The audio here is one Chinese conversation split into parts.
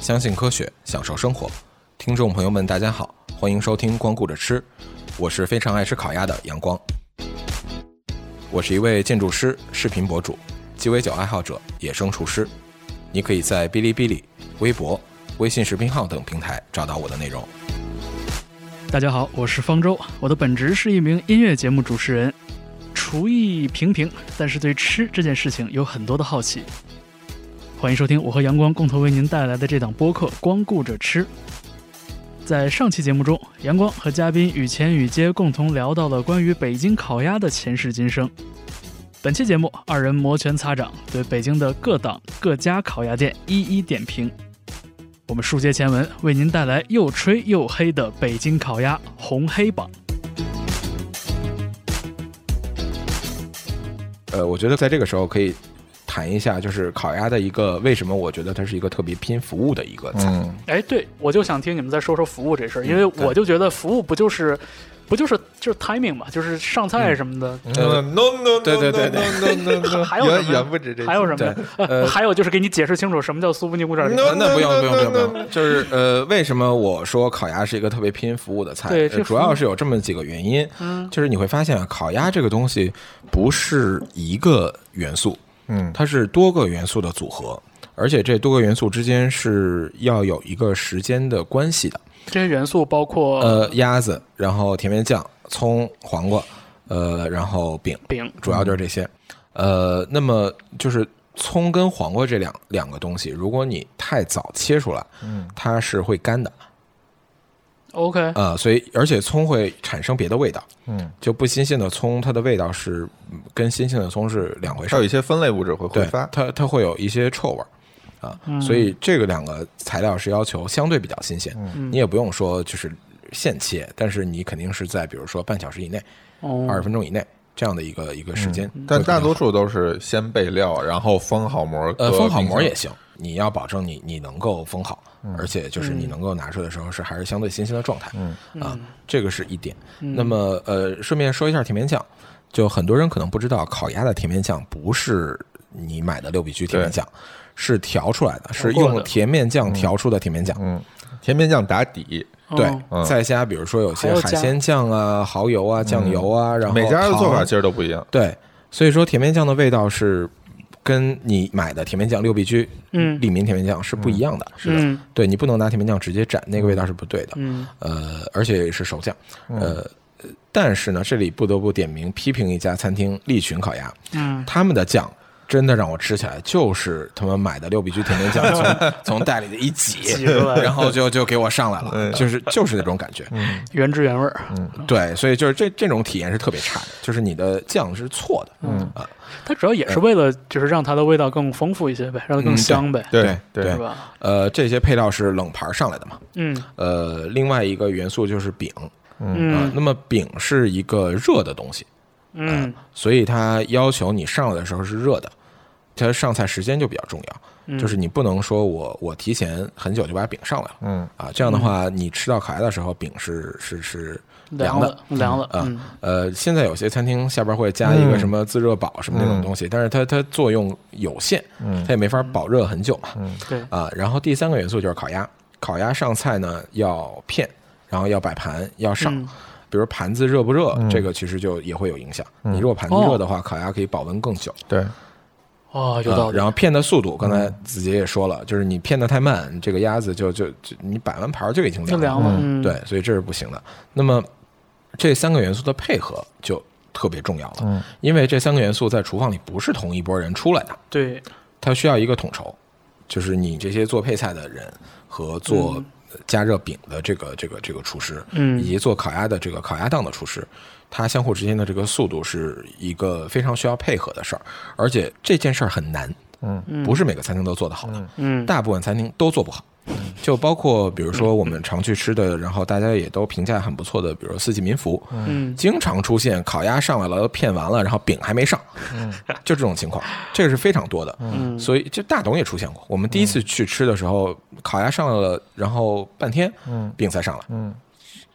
相信科学，享受生活。听众朋友们大家好，欢迎收听光顾着吃，我是非常爱吃烤鸭的阳光。我是一位建筑师、视频博主、鸡尾酒爱好者、野生厨师。你可以在哔哩哔哩、微博、微信视频号等平台找到我的内容。 大家好，我是方舟，我的本职是一名音乐节目主持人，厨艺平平，但是对吃这件事情有很多的好奇。欢迎收听我和阳光共同为您带来的这档播客《光顾着吃》。在上期节目中，阳光和嘉宾雨前雨街共同聊到了关于北京烤鸭的前世今生。本期节目，二人摩拳擦掌，对北京的各档各家烤鸭店一一点评。我们书接前文，为您带来又吹又黑的北京烤鸭红黑榜。 我觉得在这个时候可以谈一下，就是烤鸭的一个为什么我觉得它是一个特别拼服务的一个菜。 对，我就想听你们再说说服务这事儿，因为我就觉得服务不就是 timing 嘛，就是上菜什么的。 no， 对， 还有什么？ 远不止这些。 还有什么？还有就是给你解释清楚什么叫苏布尼古卷。 那不用，就是为什么我说烤鸭是一个特别拼服务的菜？ 对， 主要是有这么几个原因。就是你会发现烤鸭这个东西不是一个元素。它是多个元素的组合，而且这多个元素之间是要有一个时间的关系的。 这些元素包括鸭子，然后甜面酱、葱、黄瓜，然后饼，主要就是这些。那么就是葱跟黄瓜这两个东西，如果你太早切出来，它是会干的。 OK， 所以而且葱会产生别的味道，就不新鲜的葱，它的味道是跟新鲜的葱是两回事， 还有一些分类物质会挥发， 它会有一些臭味所以这个两个材料是要求相对比较新鲜，你也不用说就是现切，但是你肯定是在比如说半小时以内、20分钟以内这样的一个时间， 但大多数都是先备料，然后封好膜， 封好膜也行，你要保证你能够封好。而且就是你能够拿出的时候是还是相对新鲜的状态，这个是一点。那么顺便说一下甜面酱，就很多人可能不知道，烤鸭的甜面酱不是你买的六必居甜面酱，是调出来的，是用甜面酱调出的甜面酱。 甜面酱打底， 对，再加比如说有些海鲜酱啊、蚝油啊、酱油啊，然后每家的做法其实都不一样。 对，所以说甜面酱的味道是跟你买的甜面酱六必居利民甜面酱是不一样的，是的，对，你不能拿甜面酱直接蘸，那个味道是不对的，而且是熟酱，但是呢，这里不得不点名批评一家餐厅利群烤鸭，他们的酱真的让我吃起来就是他们买的六必居甜面酱从袋里的一挤然后就给我上来了，就是那种感觉， 原汁原味对，所以就是这种体验是特别差的，就是你的酱是错的， 它主要也是为了就是让它的味道更丰富一些呗，让它更香呗， 对， 是吧？ 这些配料是冷盘上来的嘛，另外一个元素就是饼，那么饼是一个热的东西，所以它要求你上来的时候是热的，它上菜时间就比较重要，就是你不能说我提前很久就把饼上来了，这样的话你吃到烤鸭的时候饼是凉的，现在有些餐厅下边会加一个什么自热宝什么那种东西，但是它作用有限，它也没法保热很久嘛， 对然后第三个元素就是烤鸭，烤鸭上菜呢要片，然后要摆盘要上，比如盘子热不热，这个其实就也会有影响，你如果盘子热的话，烤鸭可以保温更久， 对。 有道理。 然后片的速度，刚才子杰也说了，就是你片的太慢，这个鸭子就你摆完盘就已经凉了，对，所以这是不行的。那么这三个元素的配合就特别重要了，因为这三个元素在厨房里不是同一拨人出来的，对，它需要一个统筹，就是你这些做配菜的人和做加热饼的这个厨师，以及做烤鸭的这个烤鸭档的厨师，它相互之间的这个速度是一个非常需要配合的事儿，而且这件事儿很难，不是每个餐厅都做得好的，大部分餐厅都做不好，就包括比如说我们常去吃的，然后大家也都评价很不错的，比如说四季民福，经常出现烤鸭上来了片完了，然后饼还没上，就这种情况，这个是非常多的，所以就大董也出现过，我们第一次去吃的时候，烤鸭上来了，然后半天饼才上来，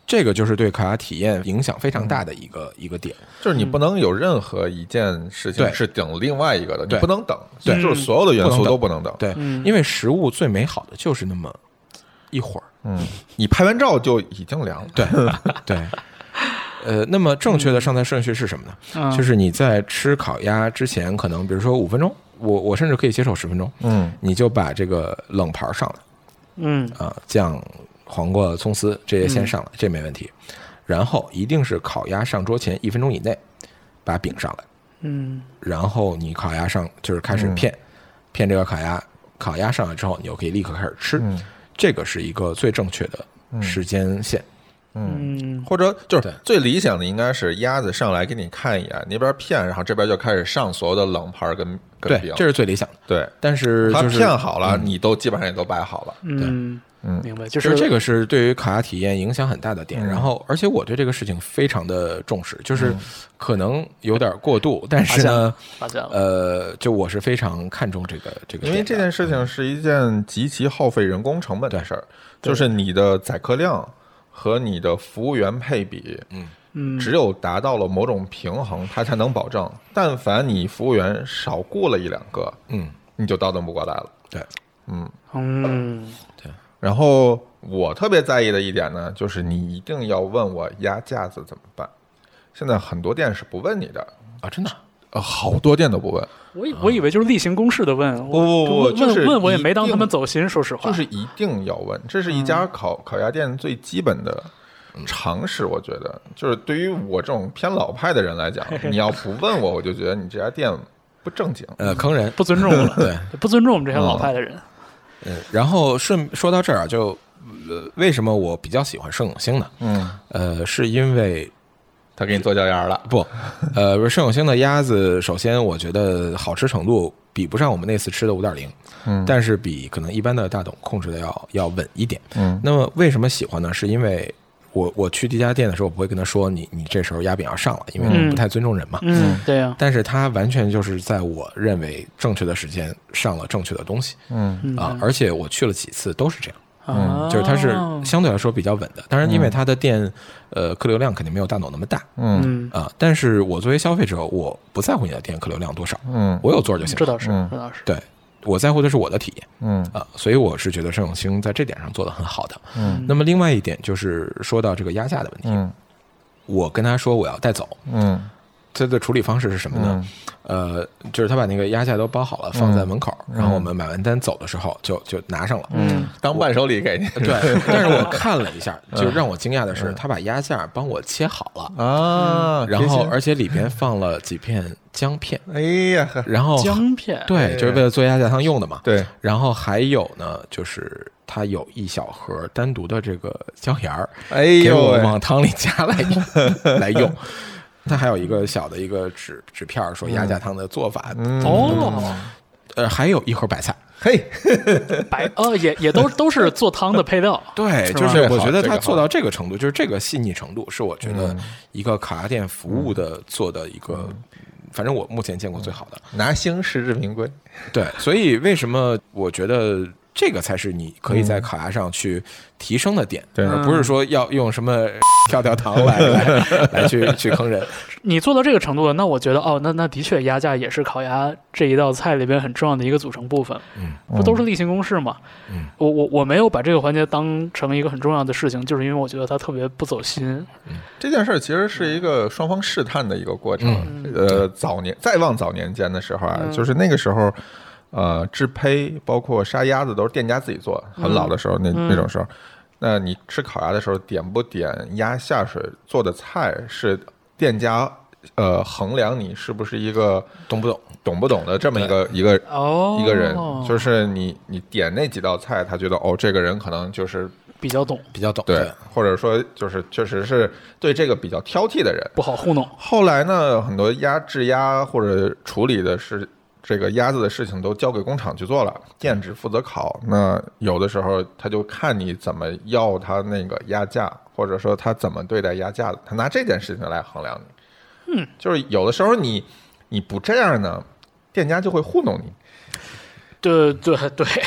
这个就是对烤鸭体验影响非常大的一个点， 就是你不能有任何一件事情是等另外一个的，你不能等， 对， 就是所有的元素都不能等， 对，因为食物最美好的就是那么一会儿， 你拍完照就已经凉了， 对对。那么正确的上菜顺序是什么呢？就是你在吃烤鸭之前，可能比如说5分钟，我甚至可以接受10分钟，你就把这个冷盘上来，酱、黄瓜、葱丝这些先上来，这没问题。然后一定是烤鸭上桌前1分钟以内把饼上来，然后你烤鸭上就是开始片这个烤鸭，烤鸭上来之后，你就可以立刻开始吃，这个是一个最正确的时间线。 或者就是最理想的应该是鸭子上来给你看一眼，那边片，然后这边就开始上所有的冷盘跟饼， 对，这是最理想的。 对， 但是它片好了，你都基本上也都摆好了。 对， 明白， 就是这个是对于烤鸭体验影响很大的点。然后，而且我对这个事情非常的重视，就是可能有点过度，但是呢，就我是非常看重这个， 因为这件事情是一件极其耗费人工成本的事儿，就是你的载客量和你的服务员配比，只有达到了某种平衡，它才能保证。但凡你服务员少雇了1-2个，你就倒腾不过来了。 对， 对。然后我特别在意的一点呢，就是你一定要问我鸭架子怎么办。现在很多店是不问你的啊，真的。 好多店都不问， 我以为就是例行公事的问， 不，就是问我也没当他们走心，说实话， 就是一定要问，这是一家烤鸭店最基本的常识，我觉得就是对于我这种偏老派的人来讲，你要不问我，我就觉得你这家店不正经， 坑人， 不尊重我了， 对， 不尊重我们这些老派的人。 然后说到这儿就为什么我比较喜欢盛永兴呢？是因为他给你做脚丫了？ 不，盛永兴的鸭子，首先我觉得好吃程度比不上我们那次吃的5.0，但是比可能一般的大董控制的要稳一点。那么为什么喜欢呢？是因为我去第一家店的时候，我不会跟他说你这时候鸭饼要上了，因为不太尊重人嘛。 对呀。 但是他完全就是在我认为正确的时间上了正确的东西。而且我去了几次都是这样。就是它是相对来说比较稳的，当然因为它的店客流量肯定没有大董那么大，但是我作为消费者，我不在乎你的店客流量多少，我有座就行了， 这倒是， 对，我在乎的是我的体验，所以我是觉得盛永兴在这点上做得很好的。那么另外一点就是说到这个鸭架的问题，我跟他说我要带走，它的处理方式是什么呢？就是他把那个鸭架都包好了，放在门口，然后我们买完单走的时候就拿上了， 当伴手礼给你。 对，但是我看了一下，就让我惊讶的是，他把鸭架帮我切好了啊，然后而且里边放了几片姜片， 哎呀， 然后姜片， 对，就是为了做鸭架汤用的嘛。 对， 然后还有呢，就是它有一小盒单独的这个椒盐儿，给我往汤里加来用。它还有一个小的一个纸片，说鸭架汤的做法。还有一盒白菜， 嘿， 也都是做汤的配料。 对，就是我觉得它做到这个程度，就是这个细腻程度，是我觉得一个烤鸭店服务的做的一个，反正我目前见过最好的。 拿星实至名归。对， 所以为什么我觉得这个才是你可以在烤鸭上去提升的点，而不是说要用什么跳糖来去坑人。 你做到这个程度了，那我觉得那的确鸭架也是烤鸭这一道菜里边很重要的一个组成部分。不都是例行公事嘛？我没有把这个环节当成一个很重要的事情，就是因为我觉得它特别不走心。 这件事其实是一个双方试探的一个过程。再往早年间的时候啊，就是那个时候。制胚包括杀鸭子都是店家自己做，很老的时候那种时候，那你吃烤鸭的时候点不点鸭下水做的菜是店家衡量你是不是一个懂不懂的这么一个人，就是你点那几道菜，他觉得这个人可能就是比较懂， 对，或者说就是确实是对这个比较挑剔的人， 不好糊弄。 后来呢，很多制鸭或者处理的是。这个鸭子的事情都交给工厂去做了，店只负责烤。那有的时候他就看你怎么要他那个鸭架，或者说他怎么对待鸭架的，他拿这件事情来衡量你。就是有的时候你不这样呢，店家就会糊弄你。 对，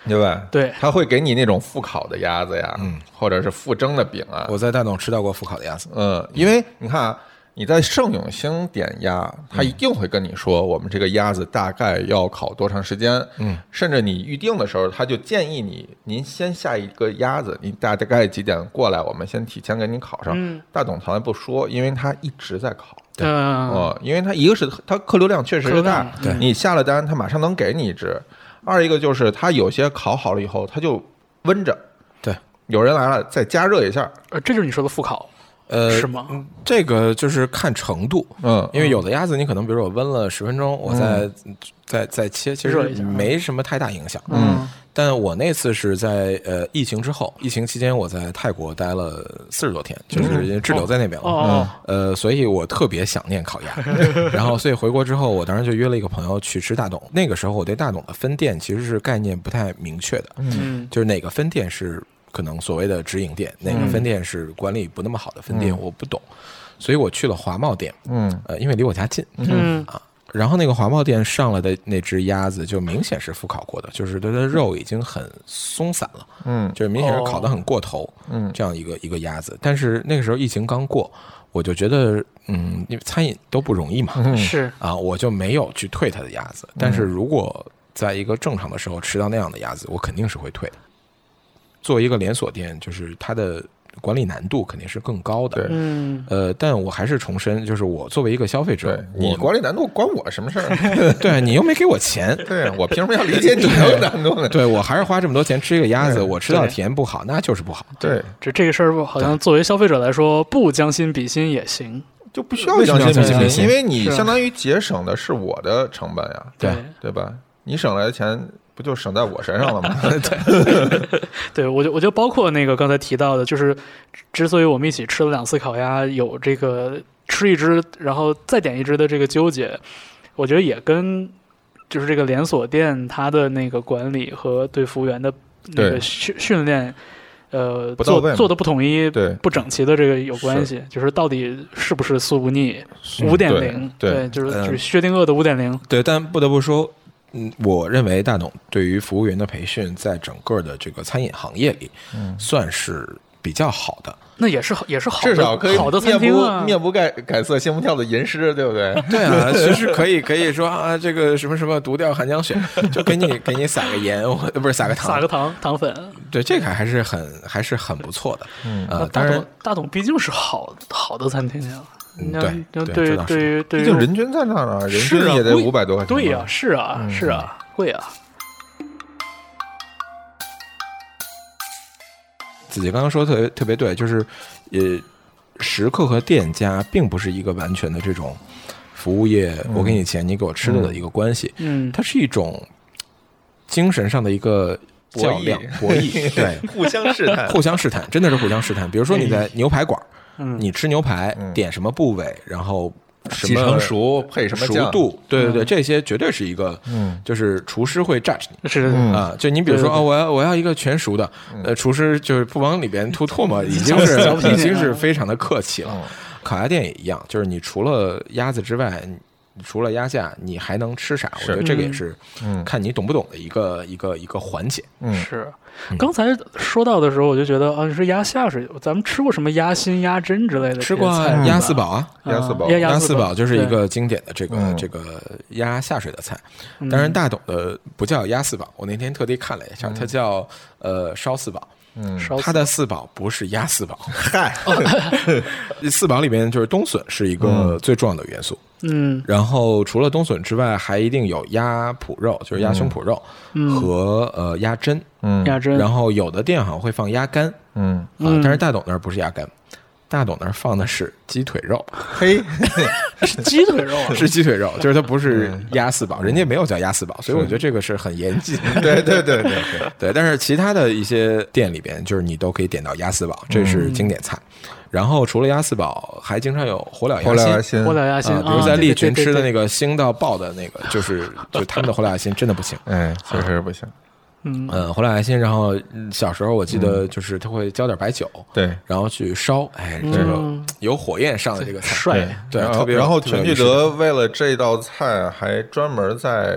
对吧？ 对， 他会给你那种复烤的鸭子呀，或者是复蒸的饼啊。 我在大董吃到过复烤的鸭子， 因为你看啊，你在盛永兴点鸭，他一定会跟你说我们这个鸭子大概要烤多长时间，甚至你预定的时候，他就建议您先下一个鸭子，你大概几点过来，我们先提前给你烤上。大董从来不说，因为他一直在烤。因为他一个是他客流量确实是大，你下了单，他马上能给你一只。二一个就是他有些烤好了以后，他就温着， 对， 有人来了再加热一下。 这就是你说的复烤。是吗？ 这个就是看程度，因为有的鸭子你可能比如我温了10分钟，我再切，其实没什么太大影响。但我那次是在疫情之后，疫情期间我在泰国待了40多天，就是因为滞留在那边了，所以我特别想念烤鸭。然后所以回国之后，我当时就约了一个朋友去吃大董。那个时候我对大董的分店其实是概念不太明确的，就是哪个分店是可能所谓的直营店，哪个分店是管理不那么好的分店，我不懂，所以我去了华贸店，因为离我家近，然后那个华贸店上来的那只鸭子就明显是复烤过的，就是它的肉已经很松散了，就是明显是烤得很过头，这样一个鸭子。但是那个时候疫情刚过，我就觉得，因为餐饮都不容易嘛， 是啊，我就没有去退它的鸭子。但是如果在一个正常的时候吃到那样的鸭子，我肯定是会退的。作为一个连锁店，就是它的管理难度肯定是更高的。但我还是重申，就是我作为一个消费者， 你管理难度关我什么事儿？ 对，你又没给我钱， 对我凭什么要理解你的难度呢？ 对，我还是花这么多钱吃一个鸭子，我吃到体验不好，那就是不好。 对， 这个事儿好像作为消费者来说，不将心比心也行， 就不需要将心比心，因为你相当于节省的是我的成本呀，对吧？你省来的钱不就省在我身上了吗？ 对，我就包括那个刚才提到的，就是之所以我们一起吃了2次烤鸭，有这个吃一只然后再点一只的这个纠结，我觉得也跟就是这个连锁店它的那个管理和对服务员的那个训练。做的不统一、不整齐的这个有关系，就是到底是不是素不腻 5.0， 对，就是薛定谔的5.0。 对，但不得不说，我认为大董对于服务员的培训，在整个的这个餐饮行业里，算是比较好的。 那也是好的， 至少可以好的餐厅啊， 面不改色心不跳的吟诗，对不对？ 对啊，其实可以说啊，这个什么什么独钓汉江雪，就给你撒个盐，不是撒个糖， 撒个糖粉。 对，这个还是很不错的。 当然大董毕竟是好的餐厅呀。 对， 毕竟人均在那儿啊，人均也得500多块钱。 对呀，是啊，贵啊。 子杰刚刚说的特别对，就是食客和店家并不是一个完全的这种服务业，我给你钱你给我吃的一个关系，它是一种精神上的一个较量博弈，对， 互相试探， 真的是互相试探。比如说你在牛排馆，你吃牛排点什么部位，然后什么成熟配什么熟度，对，这些绝对是一个，就是厨师会 judge 你， 是啊，就你比如说我要一个全熟的，厨师就是不往里边吐唾沫，已经是非常的客气了。烤鸭店也一样，就是你除了鸭子之外，除了鸭架，你还能吃啥？我觉得这个也是看你懂不懂的一个环节。 是。刚才说到的时候，我就觉得啊，你说鸭下水，咱们吃过什么鸭心、鸭胗之类的？ 吃过鸭四宝啊， 鸭四宝就是一个经典的这个鸭下水的菜。当然，大董的不叫鸭四宝，我那天特地看了一下，它叫烧四宝。它的四宝不是鸭四宝， 嗨， 四宝里边就是冬笋是一个最重要的元素。然后除了冬笋之外，还一定有鸭脯肉，就是鸭胸脯肉和鸭胗， 鸭胗。 然后有的店好像会放鸭肝，但是大董那儿不是鸭肝，大董那儿放的是鸡腿肉。 嘿， 是鸡腿肉啊， 是鸡腿肉，就是它不是鸭四宝，人家没有叫鸭四宝，所以我觉得这个是很严谨。对，但是其他的一些店里边，就是你都可以点到鸭四宝，这是经典菜。然后除了鸭四宝，还经常有火燎鸭心，比如在利群吃的那个腥到爆的那个，就他们的火燎鸭心真的不行， 确实不行。 火燎鸭心，然后小时候我记得就是他会浇点白酒， 对， 然后去烧，这个有火焰上的这个菜， 帅， 对，特别。 然后全聚德为了这道菜还专门在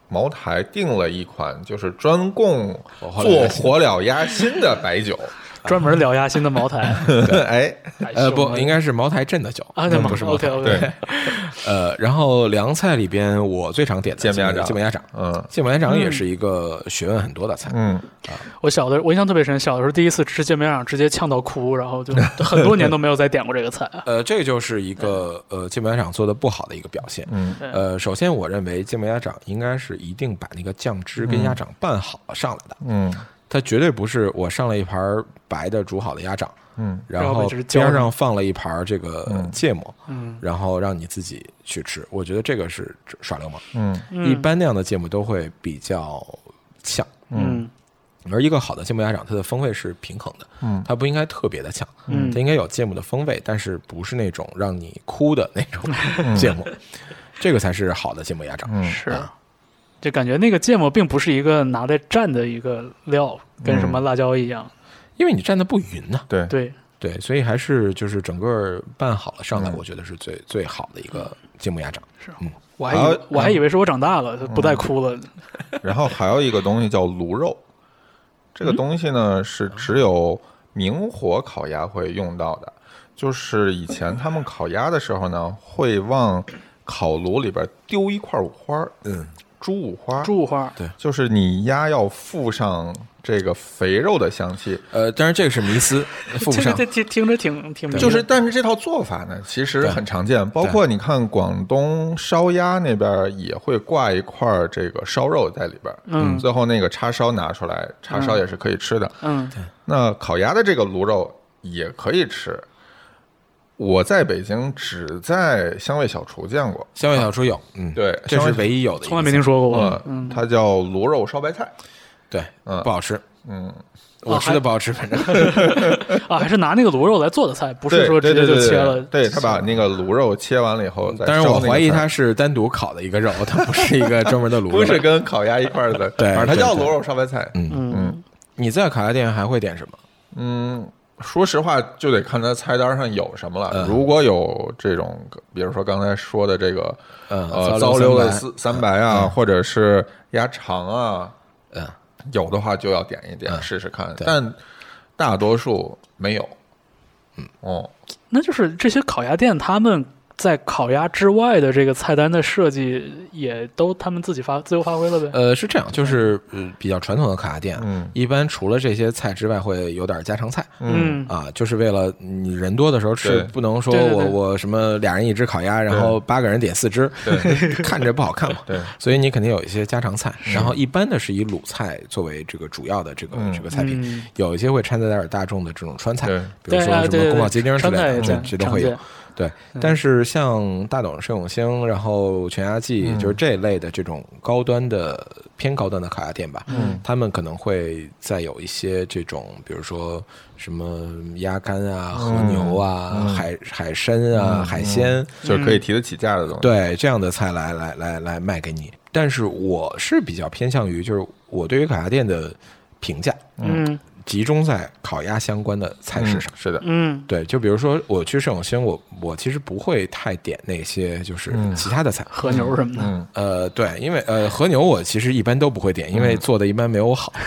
茅台订了一款就是专供做火燎鸭心的白酒。 专门燎鸭心的茅台， 哎， 不，应该是茅台镇的酒啊， 不是茅台。 对， 然后凉菜里边我最常点的芥末鸭掌，芥末鸭掌也是一个学问很多的菜。 我印象特别深，小的时候第一次吃芥末鸭掌，直接呛到哭，然后就很多年都没有再点过这个菜。 这个就是一个芥末鸭掌做的不好的一个表现。首先我认为芥末鸭掌应该是一定把那个酱汁跟鸭掌拌好了上来的。它绝对不是我上了一盘白的煮好的鸭掌，然后边上放了一盘这个芥末，然后让你自己去吃。我觉得这个是耍流氓。一般那样的芥末都会比较呛。而一个好的芥末鸭掌，它的风味是平衡的，它不应该特别的呛，它应该有芥末的风味，但是不是那种让你哭的那种芥末，这个才是好的芥末鸭掌。 是。就感觉那个芥末并不是一个拿来蘸的一个料，跟什么辣椒一样， 因为你蘸的不匀呢。 对， 所以还是就是整个拌好了上来，我觉得是最好的一个芥末鸭掌。 是，我还以为是我长大了不再哭了。 然后还有一个东西叫卤肉，这个东西呢是只有明火烤鸭会用到的，就是以前他们烤鸭的时候呢，会往烤炉里边丢一块五花，猪五花， 对， 就是你鸭要附上这个肥肉的香气。 当然这个是迷思，附不上。 这听着挺就是，但是这套做法呢，其实很常见，包括你看广东烧鸭那边也会挂一块这个烧肉在里边，最后那个叉烧拿出来，叉烧也是可以吃的。 对。 那烤鸭的这个卤肉也可以吃。我在北京只在香味小厨见过， 香味小厨有， 对， 这是唯一有的， 从来没听说过。 它叫卤肉烧白菜， 对，不好吃，我吃的不好吃，反正还是拿那个卤肉来做的菜，不是说直接就切了。 对，他把那个卤肉切完了以后， 但是我怀疑它是单独烤的一个肉，它不是一个专门的卤肉， 不是跟烤鸭一块的， 对， 反正它叫卤肉烧白菜。 你在烤鸭店还会点什么？ 说实话，就得看它菜单上有什么了。如果有这种，比如说刚才说的这个，糟溜的三白啊，或者是鸭肠啊，有的话就要点一点试试看。但大多数没有。 那就是这些烤鸭店他们在烤鸭之外的这个菜单的设计也都他们自由发挥了呗？ 是这样，就是比较传统的烤鸭店，一般除了这些菜之外，会有点家常菜，就是为了你人多的时候吃，不能说我什么俩人一只烤鸭，然后8个人点4只，看着不好看嘛。 对， 所以你肯定有一些家常菜，然后一般的是以鲁菜作为这个主要的这个菜品，有一些会掺杂点大众的这种川菜，比如说什么宫保鸡丁之类的，这都会有。对，但是像大董、盛永兴，然后全鸭记，就是这一类的这种偏高端的烤鸭店吧，他们可能会再有一些这种，比如说什么鸭肝啊、和牛啊、海参啊、海鲜， 就是可以提得起价的东西。 对，这样的菜来卖给你。但是我是比较偏向于，就是我对于烤鸭店的评价，集中在烤鸭相关的菜式上。 是的， 对，就比如说我去盛永兴，我其实不会太点那些就是其他的菜， 和牛什么的。对，因为和牛我其实一般都不会点，因为做的一般没有我好。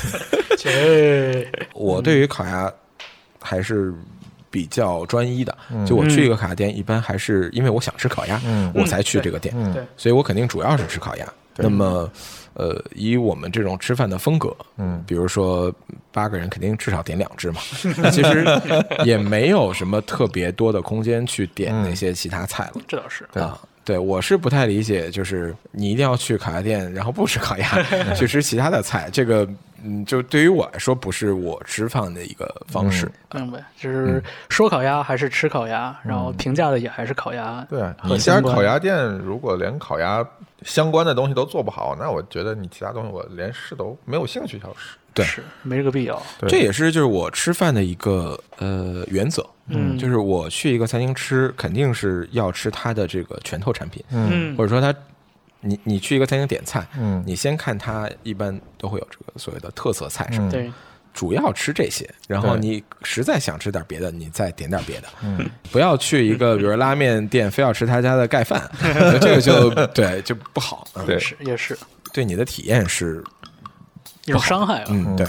我对于烤鸭还是比较专一的，就我去一个烤鸭店，一般还是因为我想吃烤鸭，我才去这个店，所以我肯定主要是吃烤鸭。那么以我们这种吃饭的风格，比如说8个人肯定至少点2只嘛，那其实也没有什么特别多的空间去点那些其他菜了。 这倒是对，我是不太理解，就是你一定要去烤鸭店，然后不吃烤鸭，去吃其他的菜，这个就对于我来说不是我吃饭的一个方式。 明白，就是说烤鸭还是吃烤鸭，然后评价的也还是烤鸭。 对，你家烤鸭店如果连烤鸭相关的东西都做不好，那我觉得你其他东西我连试都没有兴趣要试。 对， 是没这个必要。 这也是就是我吃饭的一个原则。就是我去一个餐厅吃，肯定是要吃它的这个拳头产品。或者说你去一个餐厅点菜，你先看它一般都会有这个所谓的特色菜什么的。 对。 主要吃这些，然后你实在想吃点别的，你再点点别的。不要去一个比如拉面店，非要吃他家的盖饭，这个就不好。 对， 也是。 对你的体验是一种伤害啊。 对。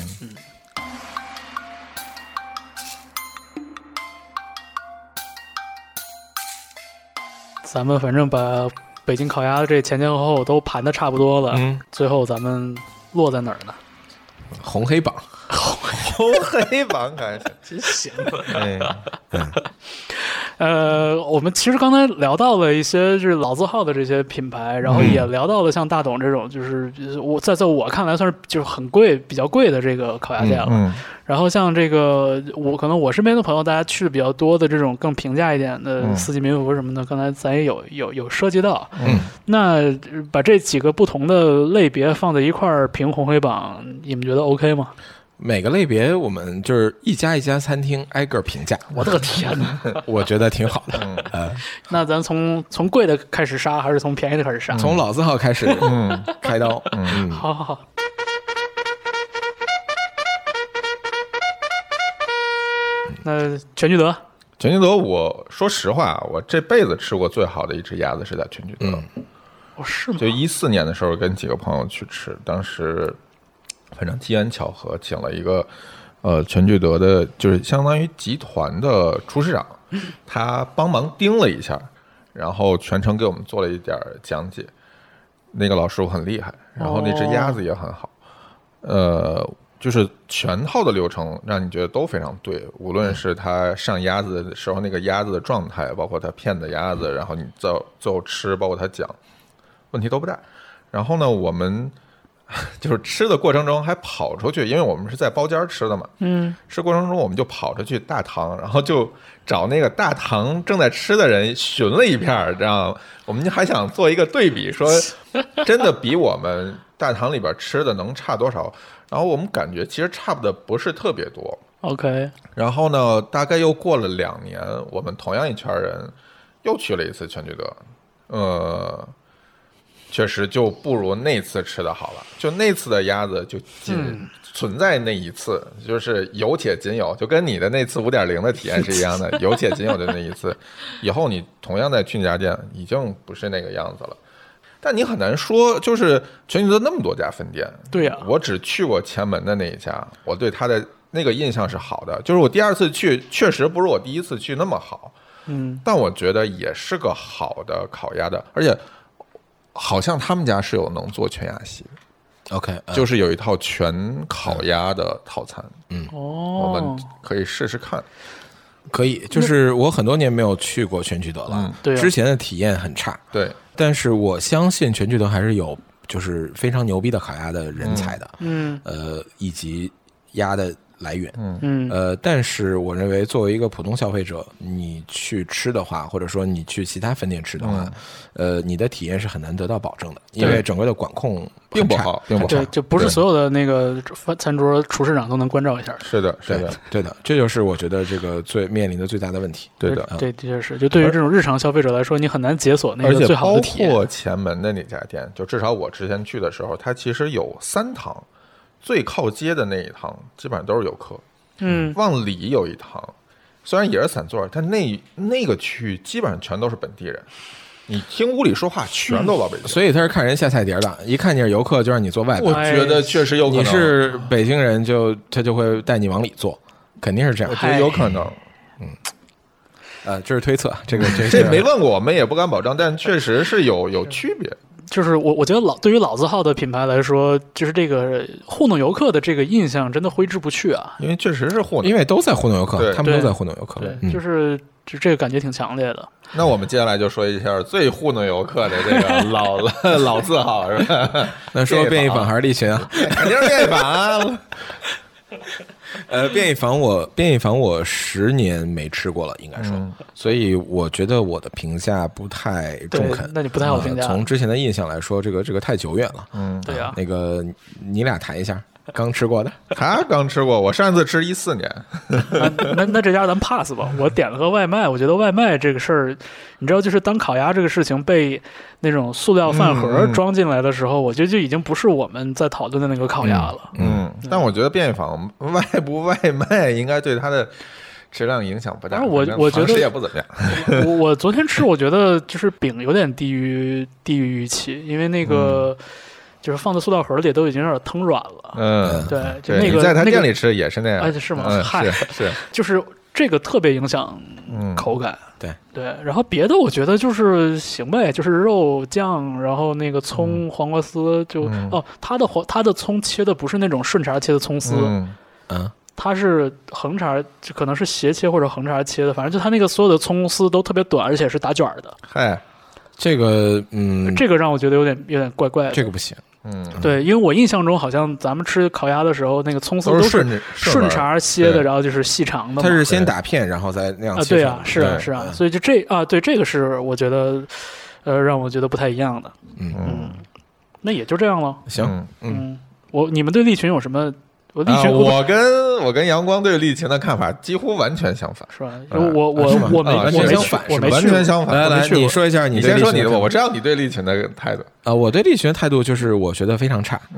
咱们反正把北京烤鸭这前前后后都盘的差不多了，最后咱们落在哪儿呢？ 红黑榜， 红黑榜还是真行。 我们其实刚才聊到了一些就是老字号的这些品牌，然后也聊到了像大董这种，就是在我看来算是就是很贵、比较贵的这个烤鸭店了。然后像这个可能我身边的朋友，大家去的比较多的这种更平价一点的四季民福什么的，刚才咱也有涉及到。那把这几个不同的类别放在一块儿评红黑榜，你们觉得 OK 吗？ 每个类别我们就是一家一家餐厅挨个评价。 我的个天哪！ 我觉得挺好的。 那咱从贵的开始杀，还是从便宜的开始杀？ 从老字号开始开刀。 好好好。那全聚德， 我说实话，我这辈子吃过最好的一只鸭子是在全聚德。 是吗？ 就14年的时候跟几个朋友去吃，当时反正机缘巧合请了一个全聚德的，就是相当于集团的厨师长，他帮忙盯了一下，然后全程给我们做了一点讲解。那个老师傅很厉害，然后那只鸭子也很好。就是全套的流程让你觉得都非常对，无论是他上鸭子的时候那个鸭子的状态，包括他片的鸭子，然后你最后吃，包括他讲，问题都不大。然后呢，我们就是吃的过程中还跑出去，因为我们是在包间吃的嘛，吃过程中我们就跑出去大堂，然后就找那个大堂正在吃的人寻了一片，这样我们还想做一个对比，说真的比我们大堂里边吃的能差多少？然后我们感觉其实差的不是特别多。 OK。 然后呢，大概又过了2年，我们同样一圈人又去了一次全聚德，确实就不如那次吃的好了。就那次的鸭子就仅存在那一次，就是有且仅有，就跟你的那次5.0的体验是一样的，有且仅有的那一次。以后你同样再去那家店，已经不是那个样子了。但你很难说，就是全聚德那么多家分店， 对呀， 我只去过前门的那一家，我对他的那个印象是好的，就是我第2次去确实不如我第1次去那么好，但我觉得也是个好的烤鸭的，而且好像他们家是有能做全鸭席的 ，OK， 就是有一套全烤鸭的套餐，我们可以试试看。 可以，就是我很多年没有去过全聚德了， 对， 之前的体验很差， 对， 但是我相信全聚德还是有就是非常牛逼的烤鸭的人才的，以及鸭的来源，但是我认为作为一个普通消费者，你去吃的话，或者说你去其他分店吃的话，你的体验是很难得到保证的，因为整个的管控并不好，并不好， 对，就不是所有的那个餐桌厨师长都能关照一下。 是的，是的， 对的，这就是我觉得这个面临的最大的问题。 对的， 对，的确是，就对于这种日常消费者来说，你很难解锁那个最好的体验。 而且包括前门的那家店，就至少我之前去的时候，它其实有3堂。最靠街的那一堂基本上都是游客，往里有一堂，虽然也是散座，但那个区域基本上全都是本地人，你听屋里说话全都老北京， 所以他是看人下菜碟的，一看你是游客就让你坐外边。 我觉得确实有可能， 你是北京人他就会带你往里坐，肯定是这样， 我觉得有可能， 这是推测，这没问过，我们也不敢保证，但确实是有区别。 就是我觉得对于老字号的品牌来说，就是这个糊弄游客的这个印象真的挥之不去啊！ 因为确实是糊弄， 因为都在糊弄游客，他们都在糊弄游客， 对，就是这个感觉挺强烈的。 那我们接下来就说一下最糊弄游客的这个老字号是吧？ 那说便宜坊还是利群啊？ 肯定是便宜坊。 便宜坊我10年没吃过了，应该说，所以我觉得我的评价不太中肯。 那你不太好评价。 从之前的印象来说，这个太久远了。 对呀。 那个你俩谈一下，刚吃过的。 他刚吃过，我上次吃14年。 那这家咱 pass 吧。我点了个外卖，我觉得外卖这个事儿，你知道，就是当烤鸭这个事情被那种塑料饭盒装进来的时候，我觉得就已经不是我们在讨论的那个烤鸭了。 但我觉得便宜坊外卖应该对它的质量影响不大。 我觉得也不怎么样。 我昨天吃，我觉得就是饼有点低于预期，因为那个就是放在塑料盒里都已经有点腾软了。对，就那个你在他店里吃也是那样。 是吗？嗨， 是， 就是这个特别影响口感。对，然后别的我觉得就是行呗，就是肉酱，然后那个葱、黄瓜丝他的葱切的不是那种顺茬切的葱丝，它是横茬，就可能是斜切或者横茬切的，反正就它那个所有的葱丝都特别短，而且是打卷的。 嗨， 这个这个让我觉得有点怪怪的。 这个不行。 对，因为我印象中好像咱们吃烤鸭的时候，那个葱丝都是顺茬切的，然后就是细长的。 它是先打片，然后再那样切。 对啊，是啊，所以就对，这个是我觉得，让我觉得不太一样的。那也就这样了。 行， 你们对利群有什么？我跟阳光对利群的看法几乎完全相反， 是吧？我没完全相反。 来，你说一下，你先说你的，我知道你对利群的态度我对利群的态度就是我觉得非常差。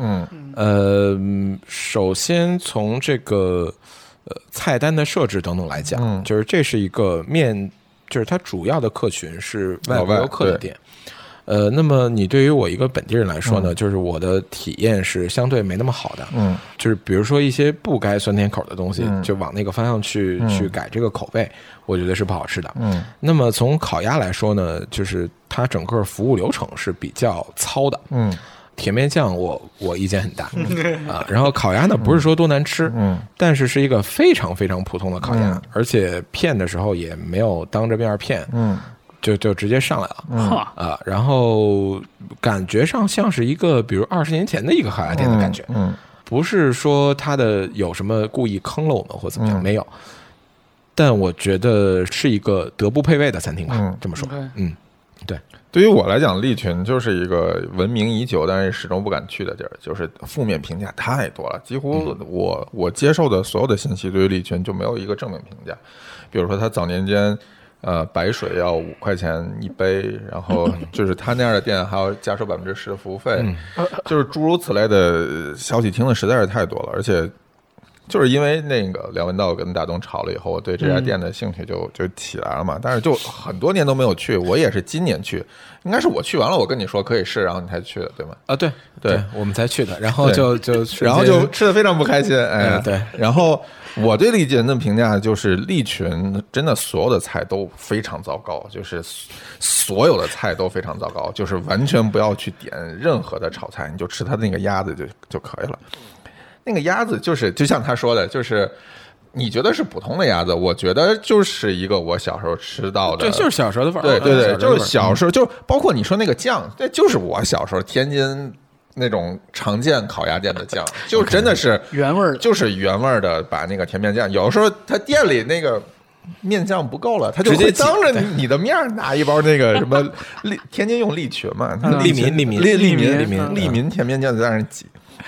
首先从这个菜单的设置等等来讲，就是这是一个就是它主要的客群是外国游客的店。那么你对于我一个本地人来说呢，就是我的体验是相对没那么好的。就是比如说一些不该酸甜口的东西，就往那个方向去改这个口味，我觉得是不好吃的。那么从烤鸭来说呢，就是它整个服务流程是比较糙的。甜面酱我意见很大然后烤鸭呢不是说多难吃，但是是一个非常非常普通的烤鸭，而且片的时候也没有当着面片。就直接上来了然后感觉上像是一个比如20年前的一个烤鸭店的感觉。不是说它的有什么故意坑了我们或怎么样，没有，但我觉得是一个德不配位的餐厅吧，这么说。对， 对于我来讲，利群就是一个闻名已久但是始终不敢去的地儿，就是负面评价太多了，几乎我接受的所有的信息对于利群就没有一个正面评价。比如说他早年间白水要5块钱一杯，然后就是他那样的店还要加收10%的服务费，就是诸如此类的消息听的实在是太多了。而且就是因为那个梁文道跟大东吵了以后，我对这家店的兴趣就起来了嘛。但是就很多年都没有去，我也是今年去，应该是我去完了我跟你说可以试，然后你才去的，对吗？ 对，我们才去的，然后就吃的非常不开心。 对， 然后我对利群的评价就是利群真的所有的菜都非常糟糕，就是所有的菜都非常糟糕，就是完全不要去点任何的炒菜，你就吃它的那个鸭子就可以了。那个鸭子就像他说的，就是你觉得是普通的鸭子，我觉得就是一个我小时候吃到的， 对，就是小时候的味儿。 对，就是小时候，就包括你说那个酱，这就是我小时候天津那种常见烤鸭店的酱，就真的是原味儿， 就是原味儿的，把那个甜面酱，有的时候他店里那个面酱不够了，他就会当着你的面拿一包那个什么天津用利群嘛，利民甜面酱在那挤。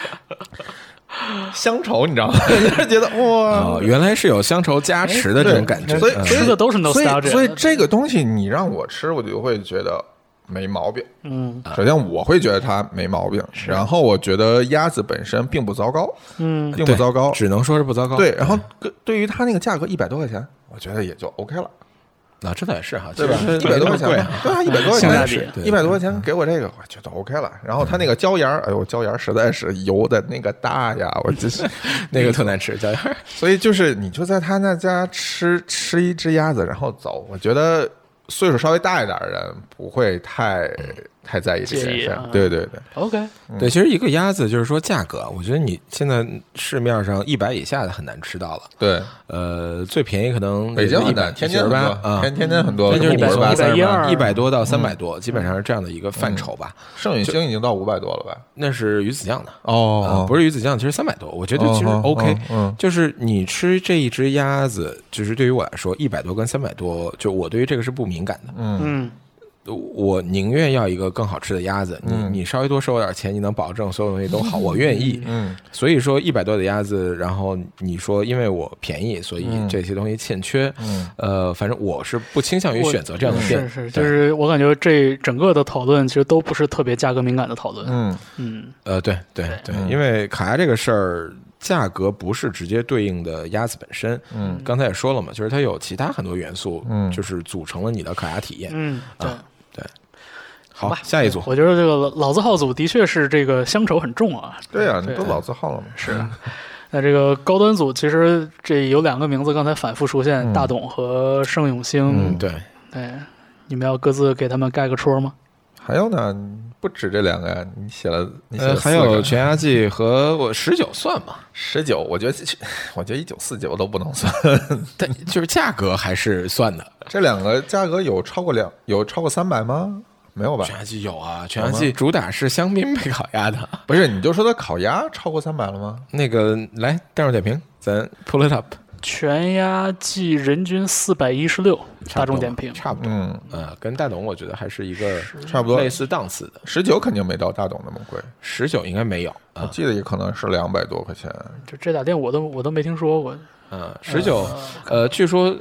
乡愁，你知道吗？就是觉得哇， 原来是有乡愁加持的这种感觉， 所以吃的都是 nostalgia， 所以这个东西你让我吃，我就会觉得没毛病。首先我会觉得它没毛病，然后我觉得鸭子本身并不糟糕，并不糟糕， 只能说是不糟糕。 对，然后对于它那个价格100多块钱，我觉得也就 OK 了。 这倒也是哈， 对吧？100多块钱，对啊，100多块钱，100多块钱给我这个，我觉得 OK 了。然后他那个椒盐，哎呦，椒盐实在是油的那个大呀，我真是那个特难吃椒盐。 所以就是你就在他那家吃一只鸭子，然后走。我觉得岁数稍微大一点的人不会太在意这件事。对 ，OK， 对，其实一个鸭子就是说价格，我觉得你现在市面上100以下的很难吃到了。 对， 最便宜可能北京很难，天津很多啊，天津很多， 就是 110 多到300多，基本上是这样的一个范畴吧。 盛允星已经到500多了吧？ 那是鱼子酱的不是鱼子酱，其实300多，我觉得其实 OK。就是你吃这一只鸭子，就是对于我来说，100多跟300多，就我对于这个是不敏感的。我宁愿要一个更好吃的鸭子，你稍微多收点钱，你能保证所有东西都好，我愿意。所以说100多的鸭子，然后你说因为我便宜，所以这些东西欠缺。反正我是不倾向于选择这样的店。 是，就是我感觉这整个的讨论其实都不是特别价格敏感的讨论。 对，因为烤鸭这个事儿。价格不是直接对应的鸭子本身，刚才也说了嘛，就是它有其他很多元素，就是组成了你的烤鸭体验。 对。 好，下一组。 我觉得这个老字号组的确是这个乡愁很重啊。 对啊，你都老字号了嘛。 是。那这个高端组其实这有2个名字，刚才反复出现，大董和盛永兴。 对。 你们要各自给他们盖个戳吗？ 还有呢，不止这2个呀，你写了还有全压季和我19算吧。 19，我觉得1949都不能算， 但就是价格还是算的。 这2个价格有超过300吗？没有吧？ 全压季有啊，全压季主打是香槟配烤鸭的。 不是，你就说它烤鸭超过300了吗？ 那个来大众点评，咱 pull it up。 全压季人均416，大众点评差不多。跟大董我觉得还是一个差不多类似档次的。 19肯定没到大董那么贵 ，19应该没有， 我记得也可能是200多块钱。 这俩店我都没听说过。 19，据说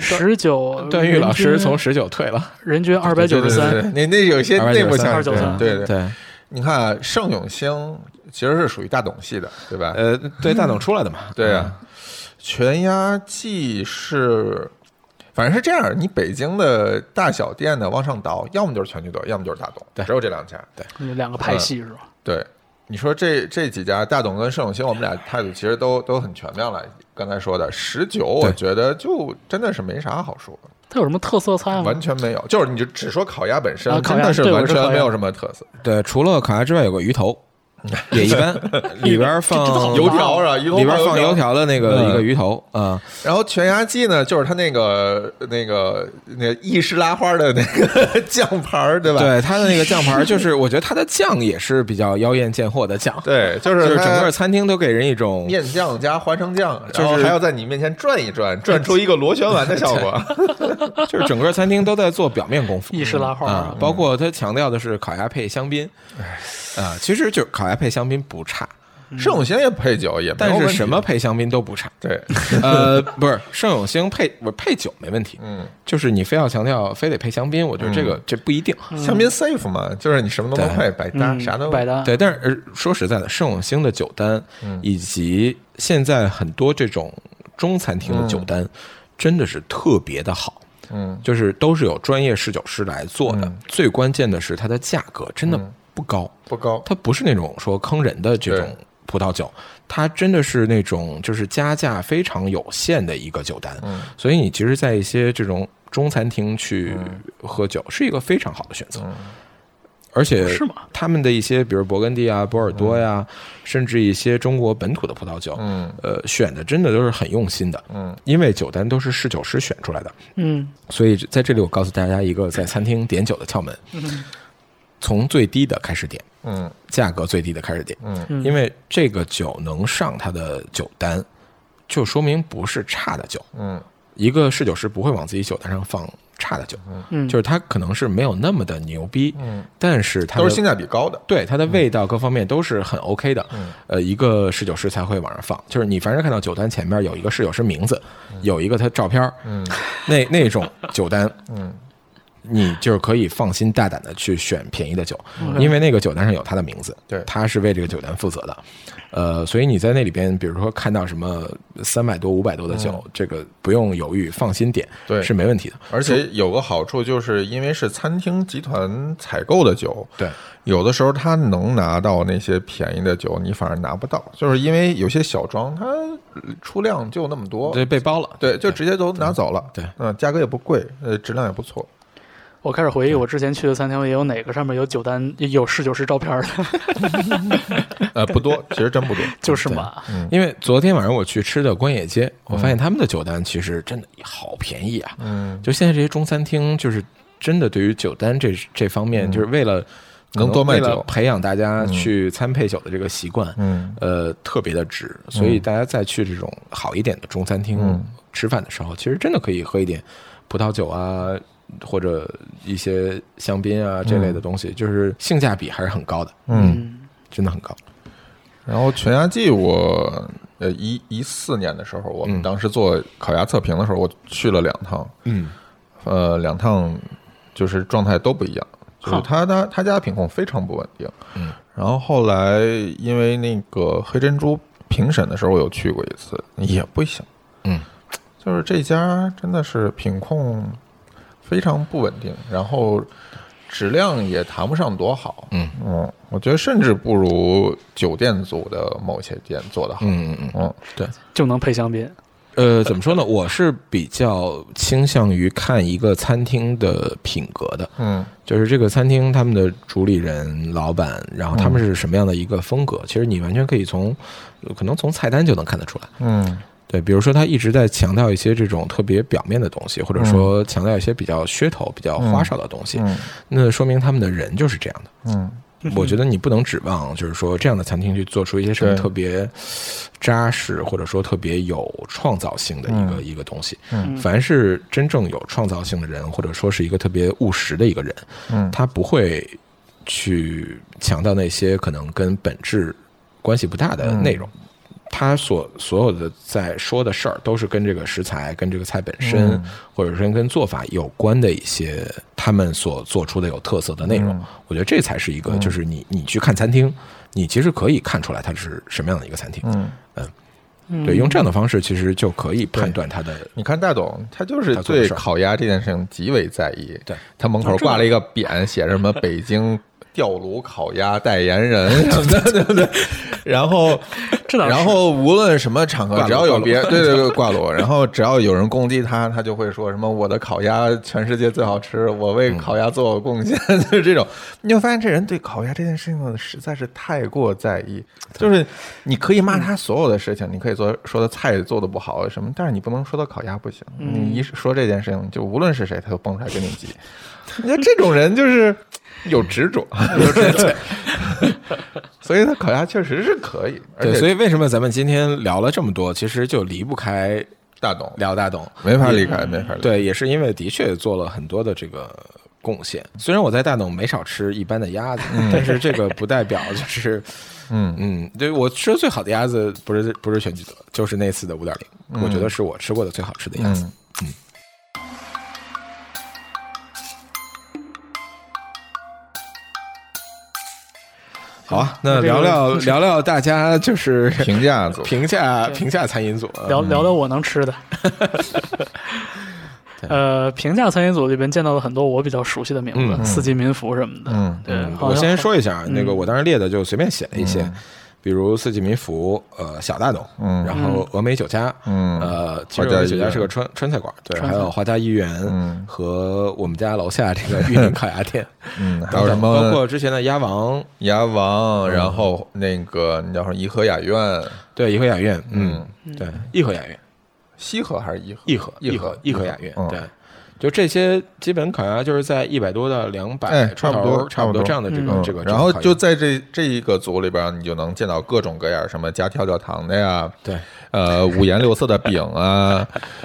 19 段誉老师从19退了， 人均293。 那有些内部项 293， 对。你看啊，盛永兴其实是属于大董系的，对吧？ 对，大董出来的嘛。 对啊。全压季是，反正是这样，你北京的大小店呢往上倒，要么就是全聚德，要么就是大董， 对， 只有这2家。对 ，2个派系是吧？ 对，你说这几家大董跟盛永兴，我们俩态度其实都很全面了。刚才说的19，我觉得就真的是没啥好说的。 它有什么特色菜吗？ 完全没有，就是你就只说烤鸭本身， 真的是完全没有什么特色。 对，除了烤鸭之外，有个鱼头。也一般，里边放油条是吧？ 里边放油条的那个一个鱼头啊。 然后全压季呢，就是它那个意式拉花的那个酱盘，对吧？ 对，它的那个酱盘，就是我觉得它的酱也是比较妖艳贱货的酱。 对，就是整个餐厅都给人一种面酱加花生酱，然后还要在你面前转一转，转出一个螺旋丸的效果。 就是整个餐厅都在做表面功夫， 意式拉花啊，包括它强调的是烤鸭配香槟。其实就烤鸭配香槟不差， 盛永兴也配酒也没有问题， 但是什么配香槟都不差。 对， 不是盛永兴配酒没问题，就是你非要强调非得配香槟，我觉得这不一定。 香槟 safe 嘛，就是你什么都能配，百搭，啥都百搭。 对，但是说实在的，盛永兴的酒单以及现在很多这种中餐厅的酒单，真的是特别的好。就是都是有专业侍酒师来做的。最关键的是它的价格真的不高，它不是那种说坑人的这种葡萄酒，它真的是那种就是加价非常有限的一个酒单。所以你其实在一些这种中餐厅去喝酒是一个非常好的选择。而且他们的一些比如勃艮第啊、波尔多呀，甚至一些中国本土的葡萄酒，选的真的都是很用心的。因为酒单都是侍酒师选出来的。所以在这里我告诉大家一个在餐厅点酒的窍门。从最低的开始点，价格最低的开始点，因为这个酒能上它的酒单，就说明不是差的酒，一个侍酒师不会往自己酒单上放差的酒，就是它可能是没有那么的牛逼，但是它都是性价比高的， 对它的味道各方面都是很 OK 的，一个侍酒师才会往上放，就是你凡是看到酒单前面有一个侍酒师名字，有一个他照片，那种酒单，你就是可以放心大胆的去选便宜的酒，因为那个酒单上有他的名字， 对， 他是为这个酒单负责的。所以你在那里边，比如说看到什么300多、500多的酒，这个不用犹豫，放心点， 对， 是没问题的。 而且有个好处，就是因为是餐厅集团采购的酒， 对， 有的时候他能拿到那些便宜的酒，你反而拿不到，就是因为有些小庄它出量就那么多， 对，被包了， 对，就直接都拿走了， 对， 价格也不贵，质量也不错。 我开始回忆我之前去的餐厅也有哪个上面有酒单有侍酒师照片的不多，其实真不多， 就是嘛。 因为昨天晚上我去吃的关野街，我发现他们的酒单其实真的好便宜啊。就现在这些中餐厅就是真的对于酒单这方面，就是为了能多卖酒， 培养大家去餐配酒的这个习惯，特别的值。所以大家再去这种好一点的中餐厅吃饭的时候，其实真的可以喝一点葡萄酒啊，或者一些香槟啊这类的东西，就是性价比还是很高的，真的很高。 然后全压季我14年的时候，我们当时做烤鸭测评的时候，我去了2趟，2趟就是状态都不一样，就是他家品控非常不稳定，然后后来因为那个黑珍珠评审的时候，我有去过一次，也不行，就是这家真的是品控非常不稳定，然后质量也谈不上多好。我觉得甚至不如酒店组的某些店做得好。 对， 就能配香槟。 怎么说呢？我是比较倾向于看一个餐厅的品格的，就是这个餐厅他们的主理人、老板，然后他们是什么样的一个风格，其实你完全可以可能从菜单就能看得出来。对，比如说他一直在强调一些这种特别表面的东西，或者说强调一些比较噱头、比较花哨的东西，那说明他们的人就是这样的。我觉得你不能指望就是说这样的餐厅去做出一些什么特别扎实或者说特别有创造性的一个东西。凡是真正有创造性的人，或者说是一个特别务实的一个人，他不会去强调那些可能跟本质关系不大的内容。他所有的在说的事儿都是跟这个食材、跟这个菜本身，或者是跟做法有关的一些他们所做出的有特色的内容。我觉得这才是一个，就是你去看餐厅，你其实可以看出来它是什么样的一个餐厅。对，用这样的方式其实就可以判断它的。 你看大董，他就是对烤鸭这件事情极为在意。 对， 他门口挂了一个匾，写着什么北京吊炉烤鸭代言人什么的，对不对？然后无论什么场合，只要有对挂炉，然后只要有人攻击他，他就会说什么我的烤鸭全世界最好吃，我为烤鸭做过贡献，就是这种。你会发现这人对烤鸭这件事情实在是太过在意，就是你可以骂他所有的事情，你可以说他菜做的不好什么，但是你不能说他烤鸭不行。你一说这件事情，就无论是谁，他都蹦出来跟你急。你看这种人就是有执着，所以他烤鸭确实是可以。 对，所以为什么咱们今天聊了这么多，其实就离不开大董， 聊大董， 没法离开。 对，也是因为的确做了很多的这个贡献。虽然我在大董没少吃一般的鸭子，但是这个不代表就是对，我吃的最好的鸭子不是全聚德，就是那次的5.0，我觉得是我吃过的最好吃的鸭子。好啊，那聊聊大家就是评价组、 评价餐饮组， 聊聊我能吃的。评价餐饮组里边见到了很多我比较熟悉的名字，四季民福什么的。对， 我先说一下，那个我当时列的就随便写了一些。比如四季民福，小大董，然后峨眉酒家，其实峨眉酒家是个川菜馆，对，还有华家怡园，和我们家楼下这个玉林烤鸭店， 还有什么包括之前的鸭王， 然后那个你叫什么颐和雅苑， 对，颐和雅苑，对，颐和雅苑， 西河还是颐和雅苑，对。就这些基本烤鸭就是在100多到200， 差不多这样的这个， 然后就在这一个组里边，你就能见到各种各样什么加跳跳糖的呀， 对， 五颜六色的饼啊，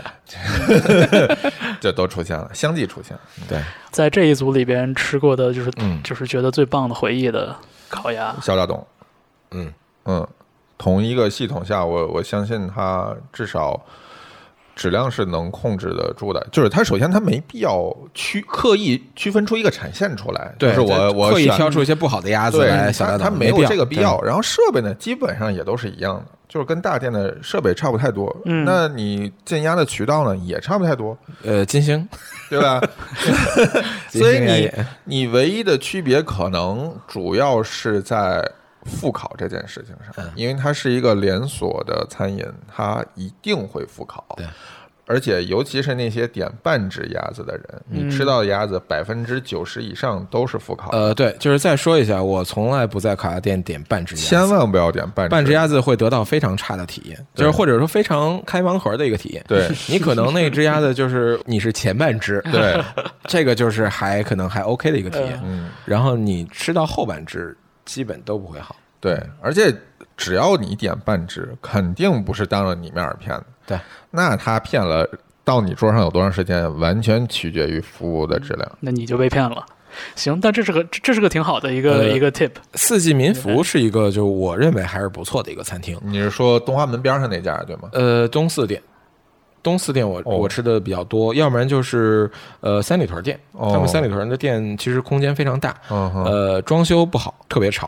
这都出现了，相继出现了。 对， 在这一组里边吃过的就是觉得最棒的回忆的烤鸭， 小大董，同一个系统下，我相信它至少质量是能控制得住的，就是它首先它没必要刻意区分出一个产线出来， 对， 就是我刻意挑出一些不好的鸭子来， 它没有这个必要。然后设备呢，基本上也都是一样的，就是跟大店的设备差不太多。那你进鸭的渠道呢，也差不太多。 金星， 对吧？所以你唯一的区别可能主要是在复烤这件事情上，因为它是一个连锁的餐饮，它一定会复烤。 对， 而且尤其是那些点半只鸭子的人，你吃到的鸭子90%以上都是复烤。 对，就是再说一下，我从来不在烤鸭店点半只鸭子， 千万不要点半只鸭子，会得到非常差的体验，就是或者说非常开盲盒的一个体验。 对， 你可能那只鸭子就是你是前半只， 对， 这个就是可能还 OK 的一个体验。然后你吃到后半只，基本都不会好。 对，而且只要你点半只，肯定不是当着你面骗的。 对， 那他骗了到你桌上有多长时间，完全取决于服务的质量。 那你就被骗了。行，但这是个挺好的一个 tip。 四季民福是一个就我认为还是不错的一个餐厅。 你是说东华门边上那家对吗？ 东四店我吃的比较多，要不然就是三里屯店。他们三里屯的店其实空间非常大，装修不好，特别吵。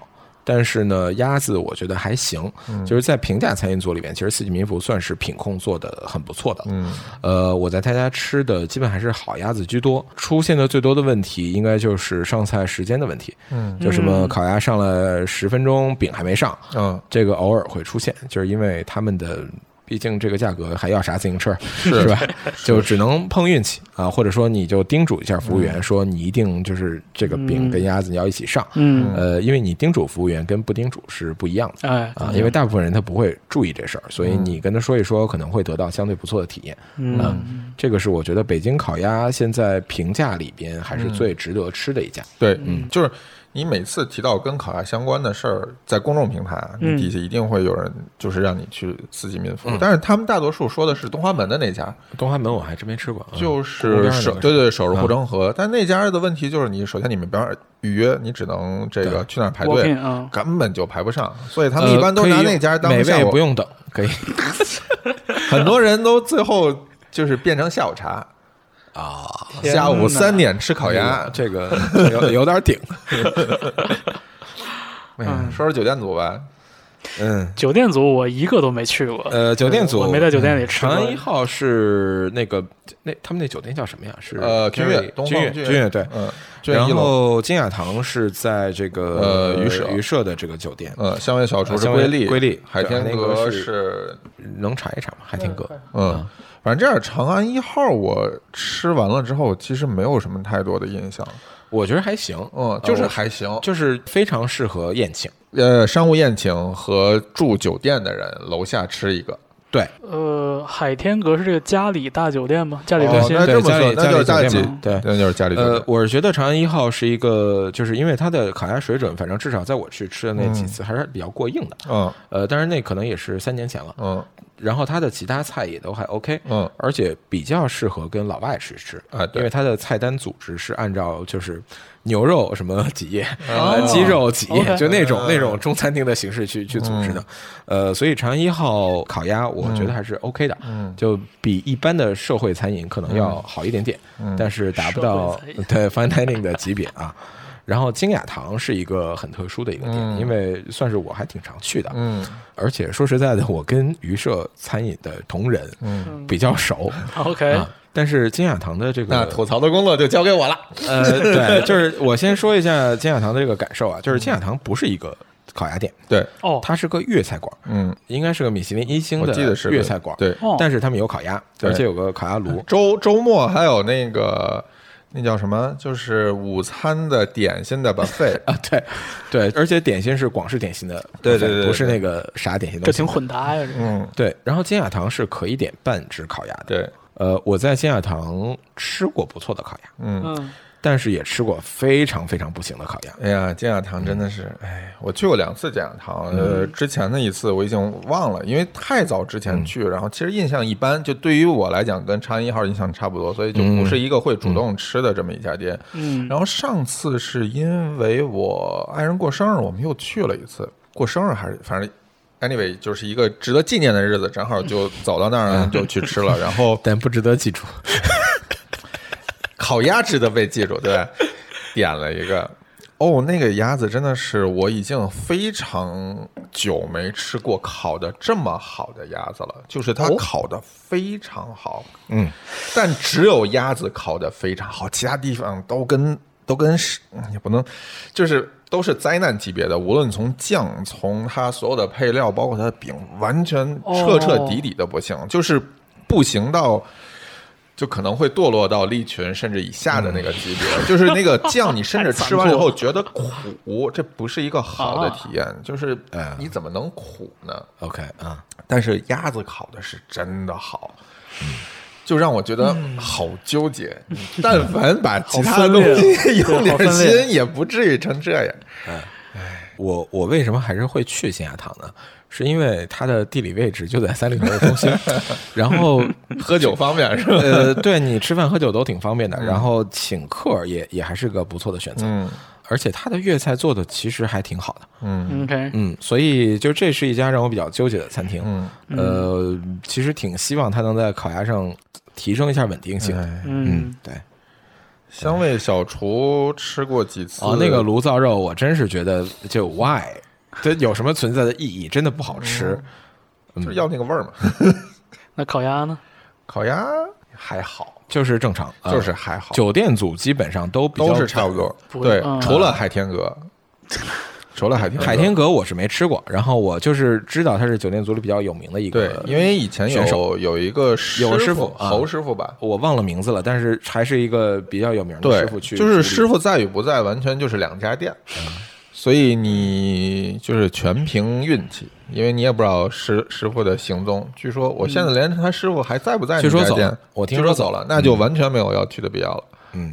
但是呢，鸭子我觉得还行，就是在平价餐饮组里面，其实四季民福算是品控做的很不错的。我在他家吃的基本还是好鸭子居多，出现的最多的问题应该就是上菜时间的问题。就什么烤鸭上了10分钟，饼还没上，这个偶尔会出现，就是因为他们的。毕竟这个价格还要啥自行车是吧？就只能碰运气啊，或者说你就叮嘱一下服务员，说你一定就是这个饼跟鸭子你要一起上。因为你叮嘱服务员跟不叮嘱是不一样的啊，因为大部分人他不会注意这事儿，所以你跟他说一说，可能会得到相对不错的体验。这个是我觉得北京烤鸭现在评价里边还是最值得吃的一家。 对，就是你每次提到跟烤鸭相关的事儿，在公众平台，你底下一定会有人就是让你去四季民福，但是他们大多数说的是东华门的那家。 东华门我还真没吃过， 就是对首日护城河，但那家的问题就是你首先你们比方预约，你只能这个去那儿排队，根本就排不上，所以他们一般都拿那家当每位不用等，可以。 很多人都最后就是变成下午茶。下午3点吃烤鸭， 这个有点顶。 说说酒店组吧。 酒店组我一个都没去过。 酒店组我没在酒店里吃过。 长安1号是他们那酒店叫什么呀？是君悦， 君悦对。然后金雅堂是在这个榆社的这个酒店。 香味小厨是瑰丽，海天阁是能查一查吗？海天阁。 反正这样，长安1号我吃完了之后，其实没有什么太多的印象。 我觉得还行， 就是还行， 就是非常适合宴请， 商务宴请和住酒店的人楼下吃一个。对， 海天阁是这个嘉里大酒店吗？嘉里中心， 那这么说，那就是嘉里， 对，那就是嘉里酒店。 我是觉得长安1号是一个，就是因为它的烤鸭水准，反正至少在我去吃的那几次还是比较过硬的。当然那可能也是3年前了。然后它的其他菜也都还 OK，而且比较适合跟老外吃因为它的菜单组织是按照就是牛肉什么几页，鸡肉几页，就那种中餐厅的形式去组织的。所以长安1号烤鸭我觉得还是 OK 的，就比一般的社会餐饮可能要好一点点，但是达不到对 fine dining 的级别啊。然后金雅堂是一个很特殊的一个店，因为算是我还挺常去的，而且说实在的，我跟榆社餐饮的同仁比较熟 ，OK， 但是金雅堂的这个那吐槽的工作就交给我了， 对，就是我先说一下金雅堂的这个感受啊，就是金雅堂不是一个烤鸭店， 对， 它是个粤菜馆，应该是个米其林1星的粤菜馆， 对， 但是他们有烤鸭，而且有个烤鸭炉， 周末还有那叫什么？就是午餐的点心的 buffet 啊，对，而且点心是广式点心的，对，不是那个啥点心这挺混搭呀， 对。然后金雅堂是可以点半只烤鸭的， 对， 我在金雅堂吃过不错的烤鸭，但是也吃过非常非常不行的烤鸭。 哎呀，金雅堂真的是，我去过2次金雅堂，之前的一次我已经忘了，因为太早之前去，然后其实印象一般，就对于我来讲跟长安1号印象差不多，所以就不是一个会主动吃的这么一家店。然后上次是因为我爱人过生日，我们又去了一次，过生日还是反正。Anyway， 就是一个值得纪念的日子，正好就走到那儿就去吃了，然后但不值得记住。 烤鸭值得被记住，对吧？点了一个，那个鸭子真的是我已经非常久没吃过烤的这么好的鸭子了，就是它烤的非常好，但只有鸭子烤的非常好，其他地方都跟也不能，就是都是灾难级别的，无论从酱，从它所有的配料，包括它的饼，完全彻底的不行，就是不行到。就可能会堕落到利群甚至以下的那个级别，就是那个酱，你甚至吃完以后觉得苦，这不是一个好的体验。就是你怎么能苦呢 ？OK 但是鸭子烤的是真的好，就让我觉得好纠结。但凡把其他的东西用点心，也不至于成这样。 我为什么还是会去金雅堂呢？是因为它的地理位置就在三里屯中心，然后喝酒方便是吧？ 对你吃饭喝酒都挺方便的，然后请客也还是个不错的选择。而且它的粤菜做的其实还挺好的。所以就这是一家让我比较纠结的餐厅。其实挺希望它能在烤鸭上提升一下稳定性。对。 香味小厨吃过几次那个炉灶肉我真是觉得就 why 这有什么存在的意义？真的不好吃， 就是要那个味儿嘛。 那烤鸭呢？ 烤鸭还好， 就是正常， 就是还好。 酒店组基本上都是差不多，对，除了海天阁。除了海天阁我是没吃过，然后我就是知道他是酒店组里比较有名的一个， 对，因为以前有一个师傅侯师傅吧， 我忘了名字了，但是还是一个比较有名的师傅去， 就是师傅在与不在完全就是两家店，所以你就是全凭运气，因为你也不知道师傅的行踪。据说我现在连他师傅还在不在那家店， 我听说走了， 那就完全没有要去的必要了。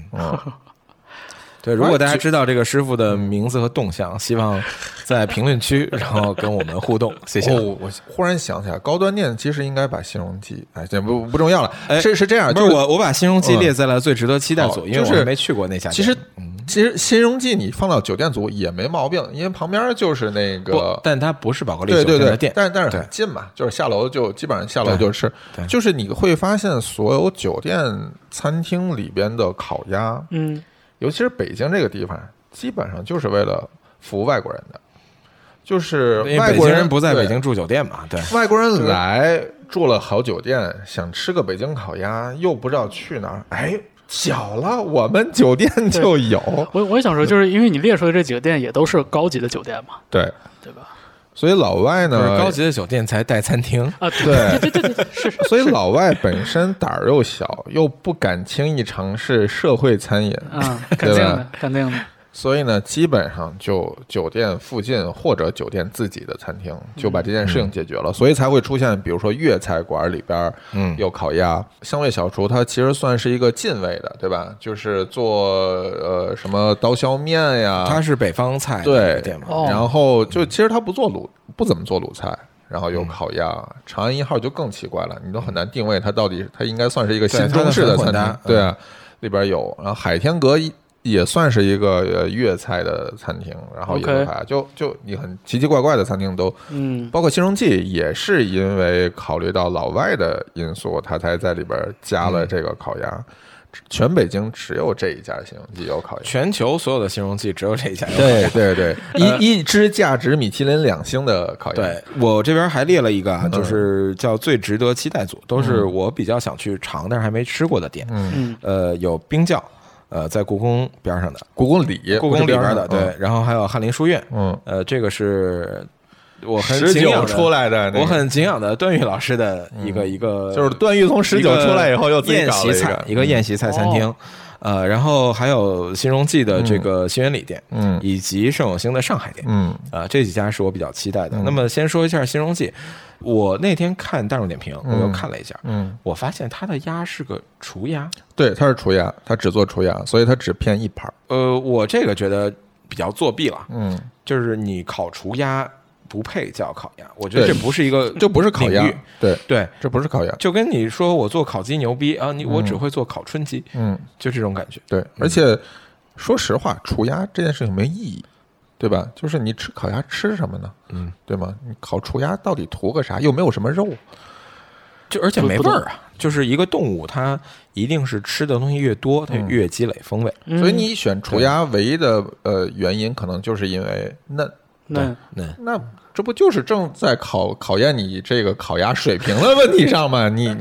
对，如果大家知道这个师傅的名字和动向，希望在评论区然后跟我们互动，谢谢。 我忽然想起来，高端店其实应该把新荣记，这不重要了。是这样， 就是我把新荣记列在了最值得期待组，因为我还没去过那家店。 其实新荣记你放到酒店组也没毛病，因为旁边就是那个， 但它不是宝格丽酒店的店， 但是很近嘛，就是下楼就基本上下楼就吃。就是你会发现所有酒店餐厅里边的烤鸭，尤其是北京这个地方，基本上就是为了服务外国人的，就是外国人不在北京住酒店嘛，对， 外国人来住了好酒店，想吃个北京烤鸭，又不知道去哪儿，巧了，我们酒店就有。 我也想说，就是因为你列出的这几个店也都是高级的酒店嘛， 对吧？ 所以老外呢， 高级的酒店才带餐厅啊，对，是。 所以老外本身胆儿又小，又不敢轻易尝试社会餐饮啊，肯定的。 所以呢，基本上就酒店附近或者酒店自己的餐厅就把这件事情解决了，所以才会出现，比如说粤菜馆里边有烤鸭，香味小厨它其实算是一个近味的，对吧？就是做什么刀削面呀， 它是北方菜对店嘛， 然后就其实它不怎么做鲁菜。然后有烤鸭，长安1号就更奇怪了，你都很难定位它到底，它应该算是一个新中式的餐厅，对啊，里边有，然后海天阁也算是一个粤菜的餐厅，然后也有烤鸭，就你很奇奇怪怪的餐厅都，包括新荣记也是因为考虑到老外的因素，它才在里边加了这个烤鸭。全北京只有这一家新荣记有烤鸭， 全球所有的新荣记只有这一家有烤鸭。对，一只价值米其林2星的烤鸭。 对，我这边还列了一个，就是叫最值得期待组，都是我比较想去尝但是还没吃过的店。有冰窖，在故宫边上的， 故宫里边的，对，然后还有翰林书院，这个是。我很 19出来的， 我很敬仰的段誉老师的一个， 就是段誉从19出来以后又自己搞了一个宴席菜餐厅，然后还有新荣记的这个新源里店，以及盛永兴的上海店，这几家是我比较期待的。那么先说一下新荣记，我那天看大众点评，我又看了一下，我发现它的鸭是个雏鸭， 对，它是雏鸭，它只做雏鸭，所以它只偏一盘。 我这个觉得比较作弊了，就是你烤雏鸭。不配叫烤鸭，我觉得这不是一个， 就不是烤鸭， 对， 这不是烤鸭， 就跟你说我做烤鸡牛逼啊，我只会做烤春鸡，就这种感觉。 对，而且说实话，雏鸭这件事情没意义，对吧？就是你吃烤鸭吃什么呢？对吗？你烤雏鸭到底图个啥？又没有什么肉， 而且没味儿啊。就是一个动物，它一定是吃的东西越多，它越积累风味。 所以你选雏鸭唯一的原因，可能就是因为嫩。那这不就是正在考验你这个烤鸭水平的问题上吗？你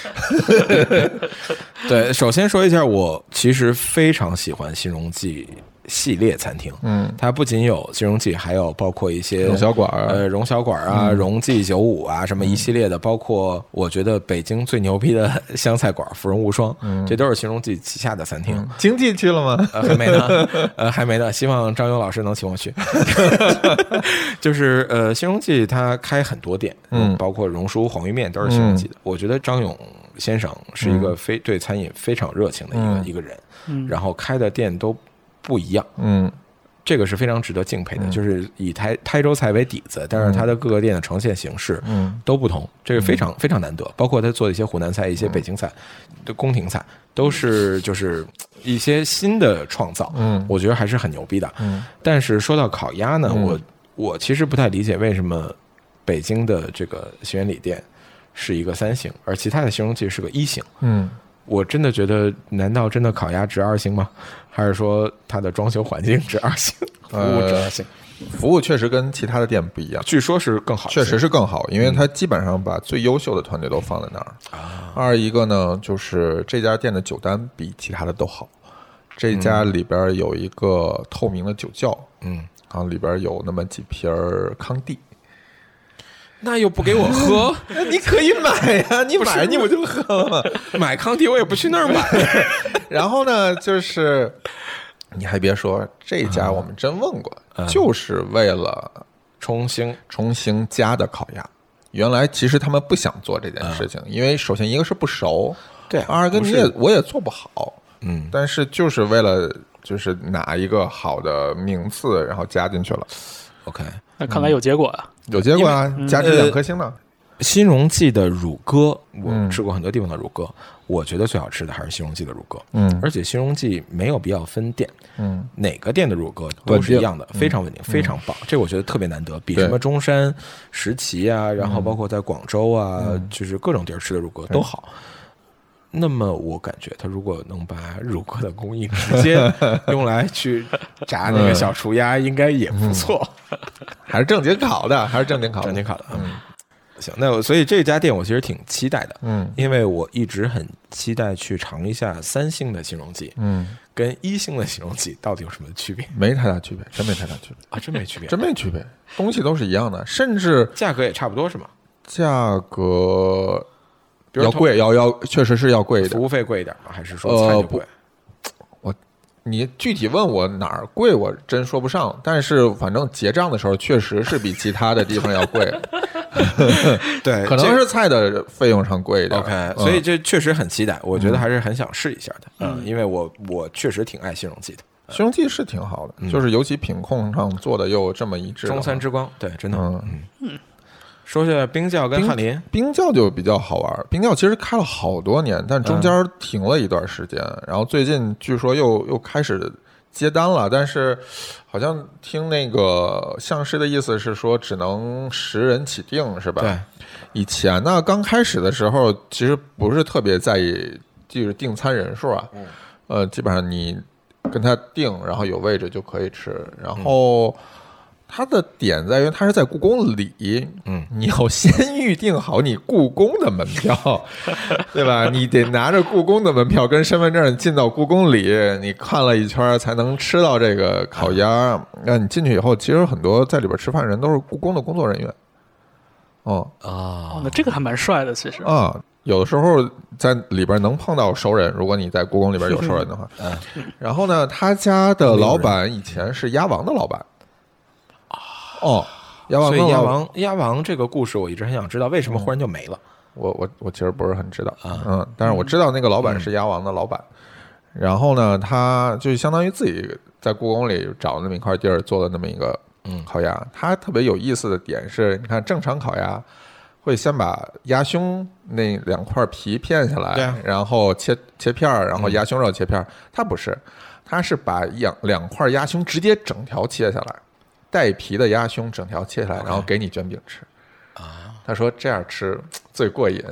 对，首先说一下，我其实非常喜欢新荣记系列餐厅，它不仅有新荣记，还有包括一些荣小馆荣小馆啊，荣记95啊，什么一系列的，包括我觉得北京最牛逼的湘菜馆芙蓉无双，这都是新荣记旗下的餐厅。 经济去了吗？ 还没呢，还没呢，希望张勇老师能请我去。就是新荣记它开很多店，包括荣叔黄鱼面都是新荣记的。我觉得张勇先生是一个对餐饮非常热情的一个人，然后开的店都不一样，这个是非常值得敬佩的，就是以台州菜为底子，但是它的各个店的呈现形式都不同，这个非常非常难得。包括他做的一些湖南菜、一些北京菜的宫廷菜，都是就是一些新的创造，我觉得还是很牛逼的。但是说到烤鸭呢，我其实不太理解为什么北京的这个新源里店是一个3星，而其他的新荣记是个1星。我真的觉得，难道真的烤鸭值2星吗？还是说它的装修环境值2星，服务值2星？ 服务确实跟其他的店不一样， 据说是更好， 确实是更好，因为它基本上把最优秀的团队都放在那儿。二一个呢，就是这家店的酒单比其他的都好，这家里边有一个透明的酒窖，然后里边有那么几瓶康帝。 那又不给我喝， 你可以买呀，你买你不就喝了吗？ 买康帝我也不去那儿买。 然后呢，就是你还别说，这家我们真问过，就是为了重新加的烤鸭。原来其实他们不想做这件事情，因为首先一个是不熟， 对， 二个我也做不好，但是就是为了就是拿一个好的名次，然后加进去了。 OK， 那看来有结果啊， 有结果啊，加至2颗星呢。 新荣记的乳鸽，我吃过很多地方的乳鸽，我觉得最好吃的还是新荣记的乳鸽。而且新荣记没有必要分店，哪个店的乳鸽都是一样的，非常稳定，非常棒。这我觉得特别难得，比什么中山、石岐啊，然后包括在广州啊，就是各种地儿吃的乳鸽都好。那么我感觉他如果能把乳鸽的工艺直接用来去炸那个小雏鸭，应该也不错。 还是正经烤的，正经烤的。 行，那所以这家店我其实挺期待的，因为我一直很期待去尝一下3星的新荣记，跟1星的新荣记到底有什么区别？ 没太大区别，真没太大区别啊，真没区别， 真没区别，东西都是一样的，甚至价格也差不多，是吗？ 价格要贵，要确实是要贵一点， 服务费贵一点吗？还是说菜就贵？ 你具体问我哪儿贵，我真说不上。但是反正结账的时候，确实是比其他的地方要贵。 对， 可能是菜的费用上贵一点。 OK，所以这确实很期待，我觉得还是很想试一下的。因为我确实挺爱新荣记的， 新荣记是挺好的，就是尤其品控上做的又这么一致。 中3之光，对，真的。说下冰窖跟翰林， 冰窖就比较好玩。冰窖其实开了好多年，但中间停了一段时间，然后最近据说又开始接单了，但是好像听那个相师的意思是说只能10人起订，是吧？ 对。 以前呢，刚开始的时候其实不是特别在意就是订餐人数啊，基本上你跟他订，然后有位置就可以吃，然后。它的点在于它是在故宫里，你要先预定好你故宫的门票，对吧？你得拿着故宫的门票跟身份证进到故宫里，你看了一圈才能吃到这个烤鸭。那你进去以后，其实很多在里边吃饭的人都是故宫的工作人员。 那这个还蛮帅的，其实有的时候在里边能碰到熟人，如果你在故宫里边有熟人的话。然后呢，他家的老板以前是鸭王的老板。 所以鸭王这个故事我一直很想知道，为什么忽然就没了？ 我其实不是很知道但是我知道那个老板是鸭王的老板。然后呢，他就相当于自己在故宫里找那么一块地儿做的那么一个烤鸭。他特别有意思的点是，你看正常烤鸭会先把鸭胸那2块皮片下来，然后切片，然后鸭胸肉切片。他不是，他是把2块鸭胸直接整条切下来。带皮的鸭胸整条切下来，然后给你卷饼吃。他说这样吃最过瘾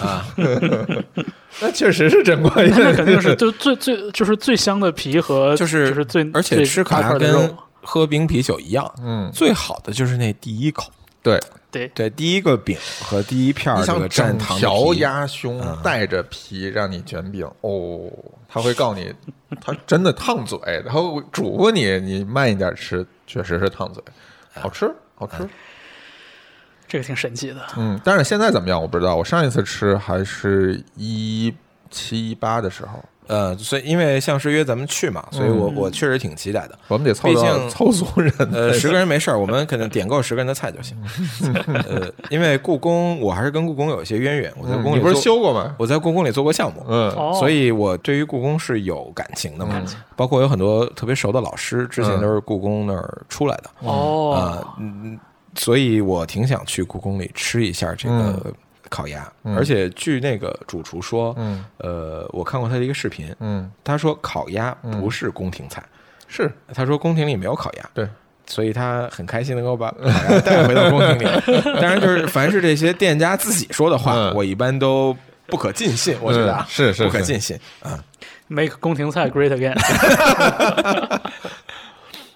那确实是真过瘾， 那肯定是就是最香的皮和就是最， 而且吃烤鸭跟喝冰啤酒一样，最好的就是那第一口。对，第一个饼和第一片这个蘸糖的皮， 整条鸭胸带着皮让你卷饼他会告诉你，他真的烫嘴，他会嘱咐你慢一点吃，确实是烫嘴，好吃。 这个挺神奇的。 但是现在怎么样我不知道，我上一次吃还是17、18的时候。 所以因为像是约咱们去嘛，所以我确实挺期待的。 我们得凑足人 ，10个人没事儿，我们可能点够10个人的菜就行。因为故宫，我还是跟故宫有一些渊源。我在故宫里你不是修过吗？ 我在故宫里做过项目，所以我对于故宫是有感情的嘛。包括有很多特别熟的老师，之前都是故宫那儿出来的。所以我挺想去故宫里吃一下这个烤鸭，而且据那个主厨说，我看过他的一个视频，他说烤鸭不是宫廷菜， 是他说宫廷里没有烤鸭， 对， 所以他很开心能够把烤鸭带回到宫廷里。当然，就是凡是这些店家自己说的话，我一般都不可尽信，我觉得是不可尽信啊。 Make 宫廷菜 great again 。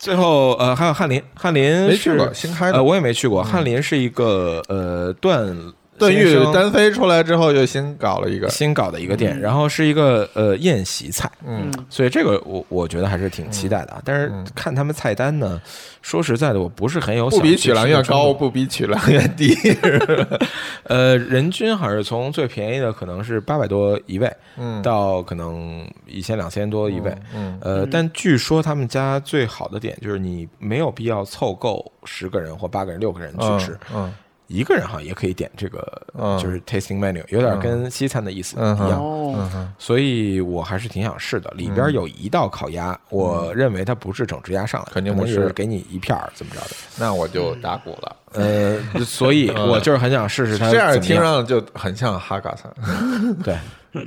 最后还有翰林没去过，新开的， 我也没去过。翰林是一个段誉单飞出来之后，又新搞的一个店，然后是一个宴席菜，所以这个我觉得还是挺期待的啊。但是看他们菜单呢，说实在的，我不是很有不比曲廊院高，不比曲廊院低。 人均好像从最便宜的可能是800多一位，到可能1000、2000多一位，但据说他们家最好的点就是你没有必要凑够10个人或8个人、6个人去吃，一个人好像也可以点这个，就是 tasting menu， 有点跟西餐的意思一样，所以我还是挺想试的。里边有一道烤鸭，我认为它不是整只鸭上来， 肯定不是给你一片怎么着的， 那我就打鼓了。 所以我就是很想试试它。 这样听上就很像哈嘎餐， 对。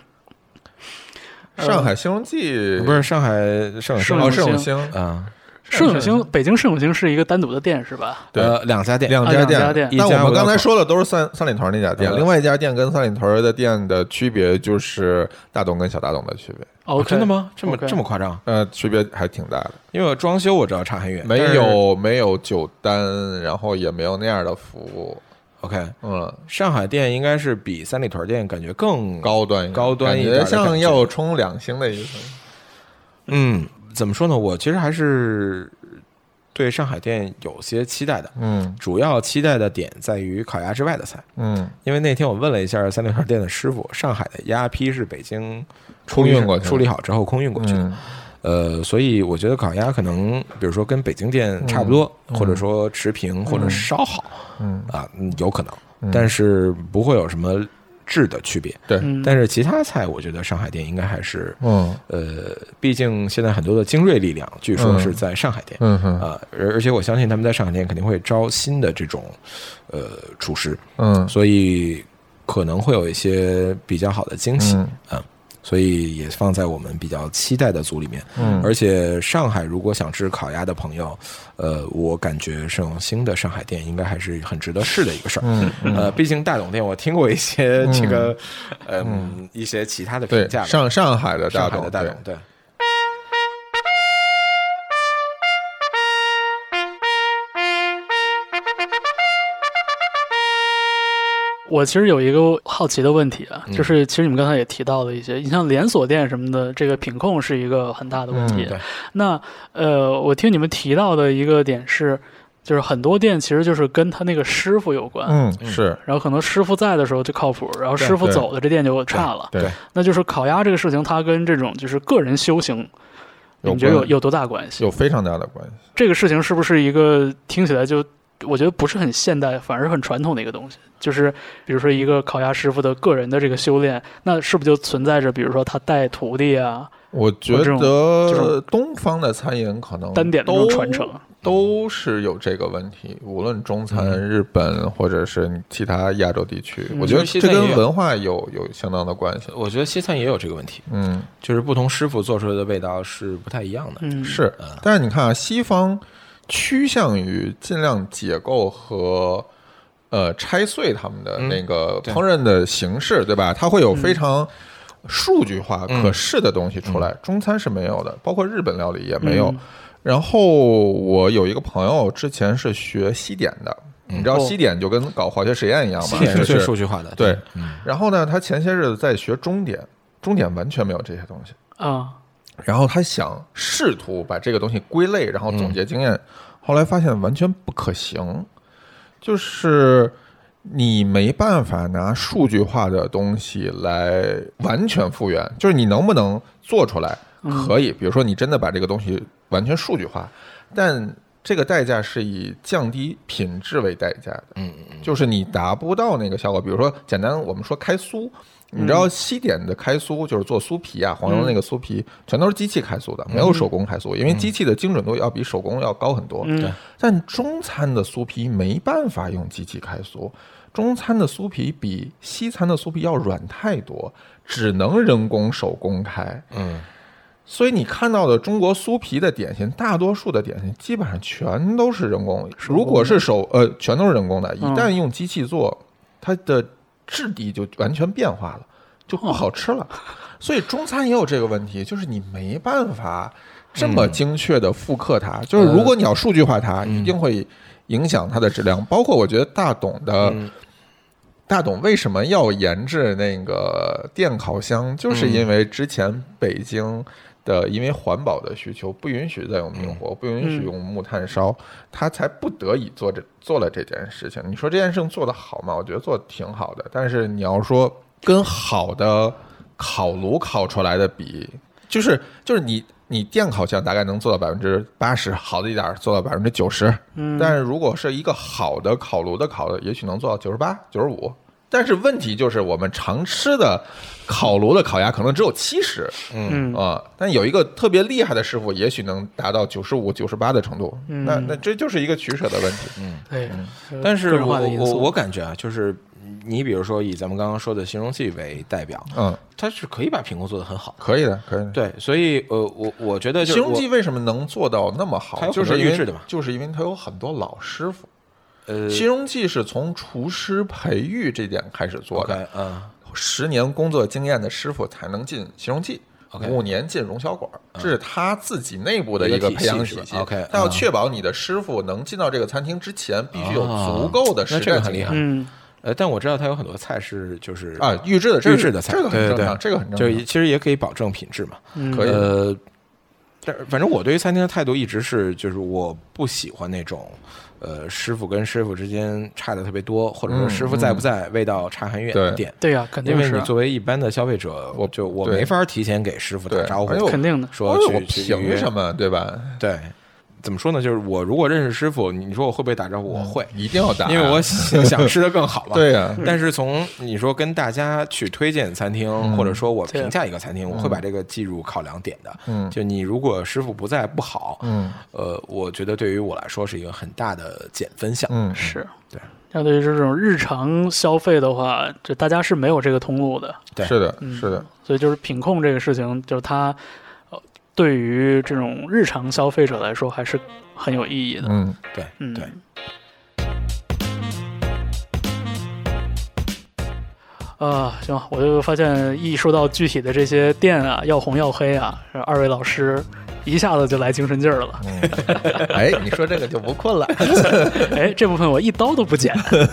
上海兴隆记不是上海圣永兴啊。 圣永兴，北京圣永兴是一个单独的店是吧？ 对 ，2家店。 但我们刚才说的都是三里屯那家店，另外一家店跟三里屯的店的区别就是大董跟小大董的区别。 哦， 真的吗？这么夸张？ 区别还挺大的。 因为装修我知道差很远， 没有酒单，然后也没有那样的服务。 OK， 上海店应该是比三里屯店感觉更高端一点， 像要冲2星的意思。 怎么说呢？我其实还是对上海店有些期待的。主要期待的点在于烤鸭之外的菜。因为那天我问了一下三里屯店的师傅，上海的鸭坯是北京空运过去， 处理好之后空运过去的。所以我觉得烤鸭可能，比如说跟北京店差不多，或者说持平，或者稍好，有可能，但是不会有什么质的区别。 对， 但是其他菜我觉得上海店应该还是毕竟现在很多的精锐力量据说是在上海店，而且我相信他们在上海店肯定会招新的这种厨师，所以可能会有一些比较好的惊喜所以也放在我们比较期待的组里面。而且上海如果想吃烤鸭的朋友，我感觉圣永兴的上海店应该还是很值得试的一个事儿。毕竟大董店我听过一些这个一些其他的评价， 上海的大董， 对。 我其实有一个好奇的问题啊，就是其实你们刚才也提到了一些，你像连锁店什么的，这个品控是一个很大的问题。那我听你们提到的一个点是，就是很多店其实就是跟他那个师傅有关。 是。 然后可能师傅在的时候就靠谱，然后师傅走了，这店就差了。 对。 那就是烤鸭这个事情，它跟这种就是个人修行，你觉得有多大关系？ 有非常大的关系。 这个事情是不是一个听起来就？我觉得不是很现代，反而是很传统的一个东西。就是比如说一个烤鸭师傅的个人的这个修炼，那是不是就存在着，比如说他带徒弟啊？ 我觉得东方的餐饮可能单点的这种传承都是有这个问题，无论中餐、日本或者是其他亚洲地区，我觉得这跟文化有相当的关系。 我觉得西餐也有这个问题，就是不同师傅做出来的味道是不太一样的。 是，但是你看啊，西方趋向于尽量解构和拆碎他们的那个烹饪的形式，对吧？它会有非常数据化可视的东西出来。中餐是没有的，包括日本料理也没有。然后我有一个朋友之前是学西点的，你知道西点就跟搞化学实验一样嘛， 西点是最数据化的。 对，然后呢，他前些日子在学中点，中点完全没有这些东西啊。 然后他想试图把这个东西归类，然后总结经验，后来发现完全不可行，就是你没办法拿数据化的东西来完全复原，就是你能不能做出来可以，比如说你真的把这个东西完全数据化，但这个代价是以降低品质为代价的，就是你达不到那个效果。比如说简单我们说开酥，你知道西点的开酥就是做酥皮啊，黄油那个酥皮全都是机器开酥的，没有手工开酥，因为机器的精准度要比手工要高很多。但中餐的酥皮没办法用机器开酥，中餐的酥皮比西餐的酥皮要软太多，只能人工手工开。所以你看到的中国酥皮的点心，大多数的点心基本上全都是人工。如果是全都是人工的，一旦用机器做，它的质地就完全变化了，就不好吃了。所以中餐也有这个问题，就是你没办法这么精确的复刻它，就是如果你要数据化它，一定会影响它的质量。包括我觉得大董为什么要研制那个电烤箱，就是因为之前北京的因为环保的需求不允许再用明火，不允许用木炭烧，他才不得已做了这件事情。你说这件事情做得好吗？我觉得做得挺好的，但是你要说跟好的烤炉烤出来的比，就是你电烤箱大概能做到80%，好的一点做到90%，但是如果是一个好的烤炉的烤的，也许能做到98%、95%。但是问题就是我们常吃的烤炉的烤鸭可能只有70%，但有一个特别厉害的师傅，也许能达到95、98的程度。那这就是一个取舍的问题。 对。 但是我感觉啊，就是你比如说以咱们刚刚说的新荣记为代表，它是可以把品控做得很好， 可以的。 对，所以我觉得新荣记为什么能做到那么好，就是因为它有很多老师傅。新荣记是从厨师培育这点开始做的，10年工作经验的师傅才能进新荣记，5年进荣小馆，这是他自己内部的一个培养体系。他要确保你的师傅能进到这个餐厅之前，必须有足够的实战经验。 但我知道它有很多菜是就是预制的菜，这个很正常，这个很正常。 就其实也可以保证品质嘛， 可以。 但反正我对于餐厅的态度一直是，就是我不喜欢那种。师傅跟师傅之间差的特别多，或者说师傅在不在，味道差很远的店。 对呀，肯定是。 因为你作为一般的消费者，我没法提前给师傅打招呼， 肯定的。 说凭什么，对吧？ 对。怎么说呢？就是我如果认识师傅，你说我会不会打招呼？我会， 一定要打， 因为我想吃的更好嘛。 对呀。 但是从你说跟大家去推荐餐厅，或者说我评价一个餐厅，我会把这个计入考量点的。就你如果师傅不在不好，我觉得对于我来说是一个很大的减分项。 是对。 相对于这种日常消费的话，就大家是没有这个通路的。 对， 是的，是的。 所以就是品控这个事情，就是它。对于这种日常消费者来说，还是很有意义的。 对，对。 行，我就发现一说到具体的这些店啊，要红要黑啊，二位老师一下子就来精神劲儿了。 哎，你说这个就不困了。 哎，这部分我一刀都不剪。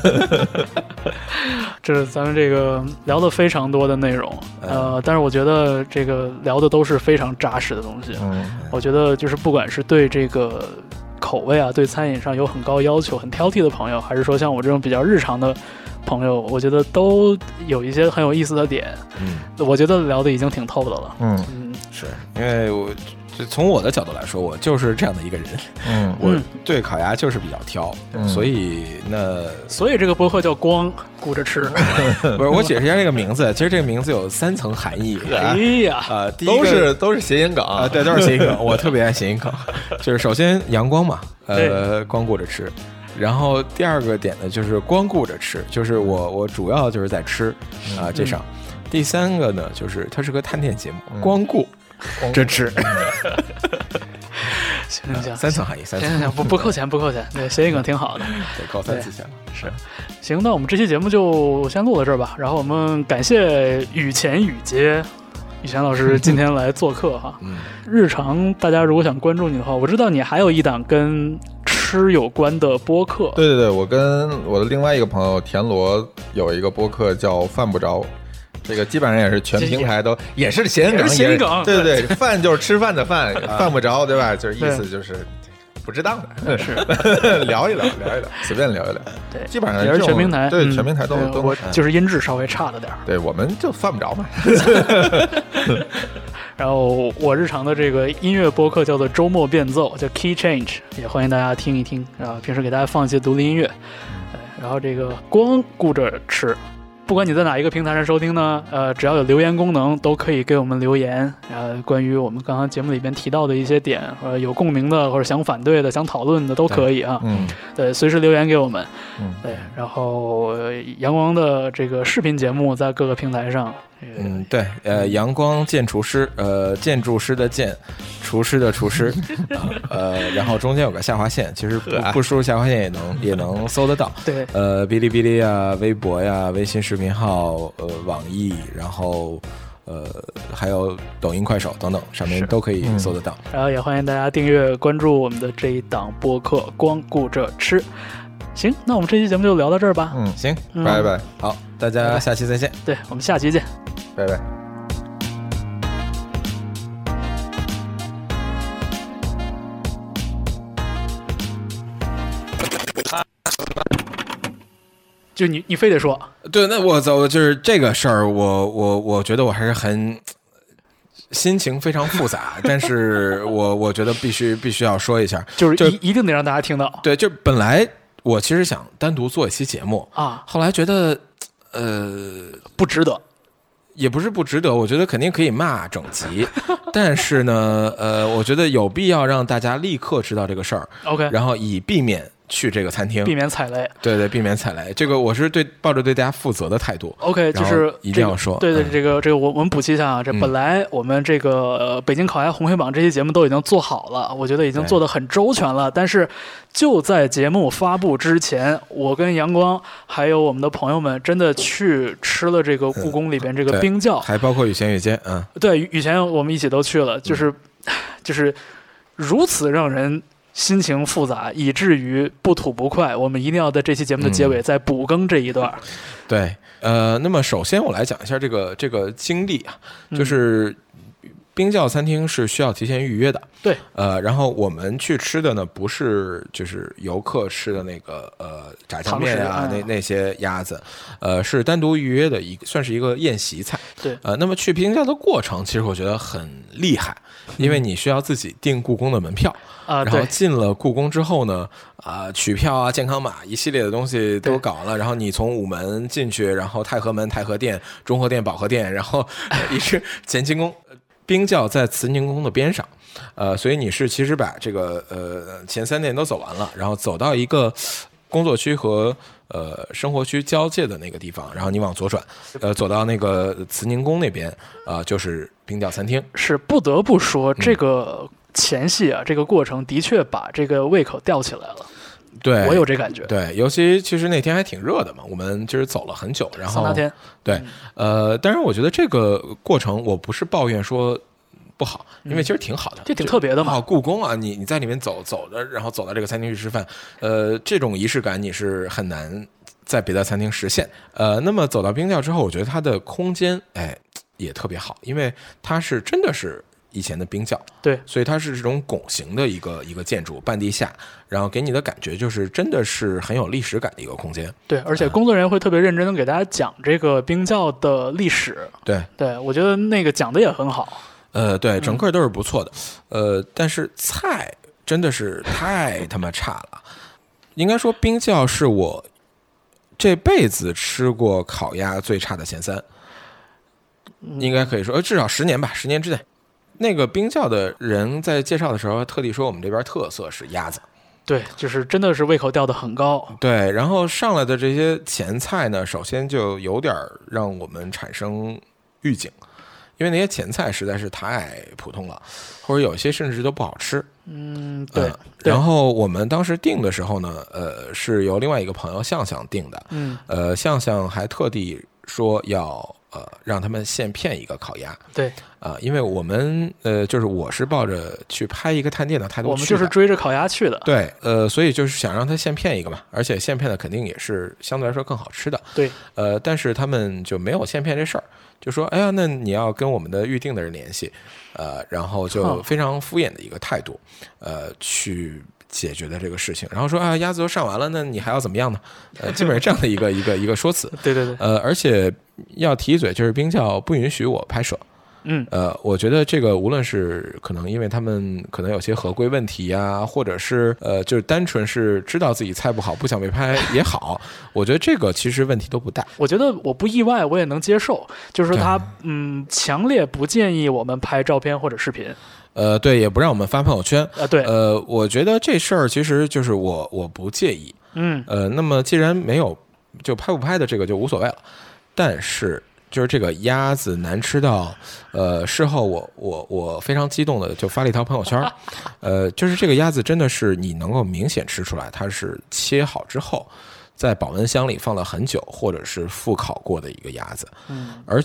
这是咱们这个聊的非常多的内容，但是我觉得这个聊的都是非常扎实的东西。我觉得就是不管是对这个口味啊，对餐饮上有很高要求、很挑剔的朋友，还是说像我这种比较日常的朋友，我觉得都有一些很有意思的点。我觉得聊的已经挺透的了。 是因为就从我的角度来说，我就是这样的一个人。我对烤鸭就是比较挑，所以这个播客叫光顾着吃。 不是，我解释一下这个名字。其实这个名字有3层含义。 哎呀， 第一个都是谐音梗啊， 对，都是谐音梗。我特别爱谐音梗，就是首先阳光嘛，光顾着吃。然后第二个点呢，就是光顾着吃，就是我主要就是在吃这上。第三个呢，就是它是个探店节目，光顾着吃。 行 ，3层含义，3层。 行，不扣钱，对，谐音梗挺好的， 对，扣3次钱。 是，行，那我们这期节目就先录到这儿吧。然后我们感谢雨前雨街雨前老师今天来做客哈。日常大家如果想关注你的话，我知道你还有一档跟吃有关的播客。 对，我跟我的另外一个朋友田螺有一个播客叫饭不着。这个基本上也是全平台都也是谐音梗，对，饭就是吃饭的饭，饭不着，对吧？就是意思就是不值当的， 是聊一聊，随便聊一聊。 对， 基本上也是全平台， 对，全平台都我就是音质稍微差了点。 对，我们就犯不着嘛。 然后我日常的这个音乐播客叫做周末变奏，叫 Key Change， 也欢迎大家听一听。然后平时给大家放一些独立音乐。然后这个光顾着吃。不管你在哪一个平台上收听呢，只要有留言功能，都可以给我们留言。关于我们刚刚节目里边提到的一些点，有共鸣的，或者想反对的、想讨论的，都可以啊。对，随时留言给我们。对，然后阳光的这个视频节目在各个平台上。 对，阳光建厨师，建筑师的建，厨师的厨师，然后中间有个下划线，其实不输入下划线也能搜得到。 对， 哔哩哔哩啊，微博呀，微信视频号，网易，然后还有抖音、快手等等，上面都可以搜得到。 然后也欢迎大家订阅关注我们的这一档播客《光顾着吃》。行，那我们这期节目就聊到这儿吧。 行， 拜拜。 好，大家下期再见。 对，我们下期见， 拜拜。 就你非得说， 对，那我走就是这个事儿，我觉得我还是很心情非常复杂，但是我觉得必须要说一下， 就是一定得让大家听到。 对，就本来我其实想单独做一期节目啊， 后来觉得不值得。 也不是不值得，我觉得肯定可以骂整集，但是呢，我觉得有必要让大家立刻知道这个事儿 ，OK， 然后以避免去这个餐厅， 避免踩雷。 对，避免踩雷。这个我是抱着对大家负责的态度。 OK， 就是一定要说。 对，这个我们补齐一下啊，这本来我们这个北京烤鸭红黑榜这些节目都已经做好了，我觉得已经做得很周全了。但是就在节目发布之前，我跟阳光还有我们的朋友们真的去吃了这个故宫里边这个冰窖， 还包括雨前雨间， 对，雨前我们一起都去了，就是如此让人心情复杂，以至于不吐不快。我们一定要在这期节目的结尾再补更这一段。 对，那么首先我来讲一下这个经历啊，就是冰窖餐厅是需要提前预约的。 对， 然后我们去吃的呢，不是就是游客吃的那个炸酱面啊，那些鸭子，是单独预约的算是一个宴席菜。 对， 那么去冰窖的过程，其实我觉得很厉害，因为你需要自己订故宫的门票。然后进了故宫之后呢，取票啊、健康码一系列的东西都搞了。然后你从午门进去，然后太和门、太和殿、中和殿、保和殿，然后一直乾清宫。冰窖在慈宁宫的边上，所以你是其实把这个前3殿都走完了，然后走到一个工作区和生活区交界的那个地方，然后你往左转，走到那个慈宁宫那边，就是冰窖餐厅。 是不得不说这个。前戏啊，这个过程的确把这个胃口吊起来了。 对， 我有这感觉。 对，尤其其实那天还挺热的嘛，我们就是走了很久，然后 3-8天。 对，当然我觉得这个过程我不是抱怨说不好，因为其实挺好的， 这挺特别的嘛。 故宫啊，你在里面走着，然后走到这个餐厅去吃饭，这种仪式感你是很难在别的餐厅实现。那么走到冰窖之后，我觉得它的空间也特别好，因为它是真的是。以前的冰窖， 对， 所以它是这种拱形的一个建筑，半地下，然后给你的感觉就是真的是很有历史感的一个空间。 对，而且工作人员会特别认真的给大家讲这个冰窖的历史。 对， 我觉得那个讲的也很好。 对，整个都是不错的。但是菜真的是太他妈差了。应该说冰窖是我这辈子吃过烤鸭最差的前3，应该可以说，至少10年吧，10年之内。那个冰窖的人在介绍的时候特地说我们这边特色是鸭子。 对，就是真的是胃口吊得很高。 对，然后上来的这些前菜呢，首先就有点让我们产生预警，因为那些前菜实在是太普通了，或者有些甚至都不好吃。 对。 然后我们当时订的时候呢，是由另外一个朋友向向订的。向向还特地说要让他们现片一个烤鸭。 对。 因为我们就是我是抱着去拍一个探店的态度去的， 我们就是追着烤鸭去的。 对，所以就是想让他现片一个嘛，而且现片的肯定也是相对来说更好吃的。 对， 但是他们就没有现片这事儿，就说哎呀，那你要跟我们的预定的人联系，然后就非常敷衍的一个态度，去解决的这个事情，然后说啊，鸭子都上完了，那你还要怎么样呢？基本上这样的一个说辞。 对。 而且要提一嘴，就是冰窖不允许我拍摄。我觉得这个无论是可能因为他们可能有些合规问题啊，或者是就是单纯是知道自己菜不好不想被拍也好，我觉得这个其实问题都不大。 我觉得我不意外，我也能接受，就是说他强烈不建议我们拍照片或者视频。 对，也不让我们发朋友圈。 对。 我觉得这事儿其实就是我不介意。那么既然没有就拍不拍的这个就无所谓了，但是。就是这个鸭子难吃到，事后我非常激动的就发了一条朋友圈，就是这个鸭子真的是你能够明显吃出来，它是切好之后，在保温箱里放了很久，或者是复烤过的一个鸭子，而且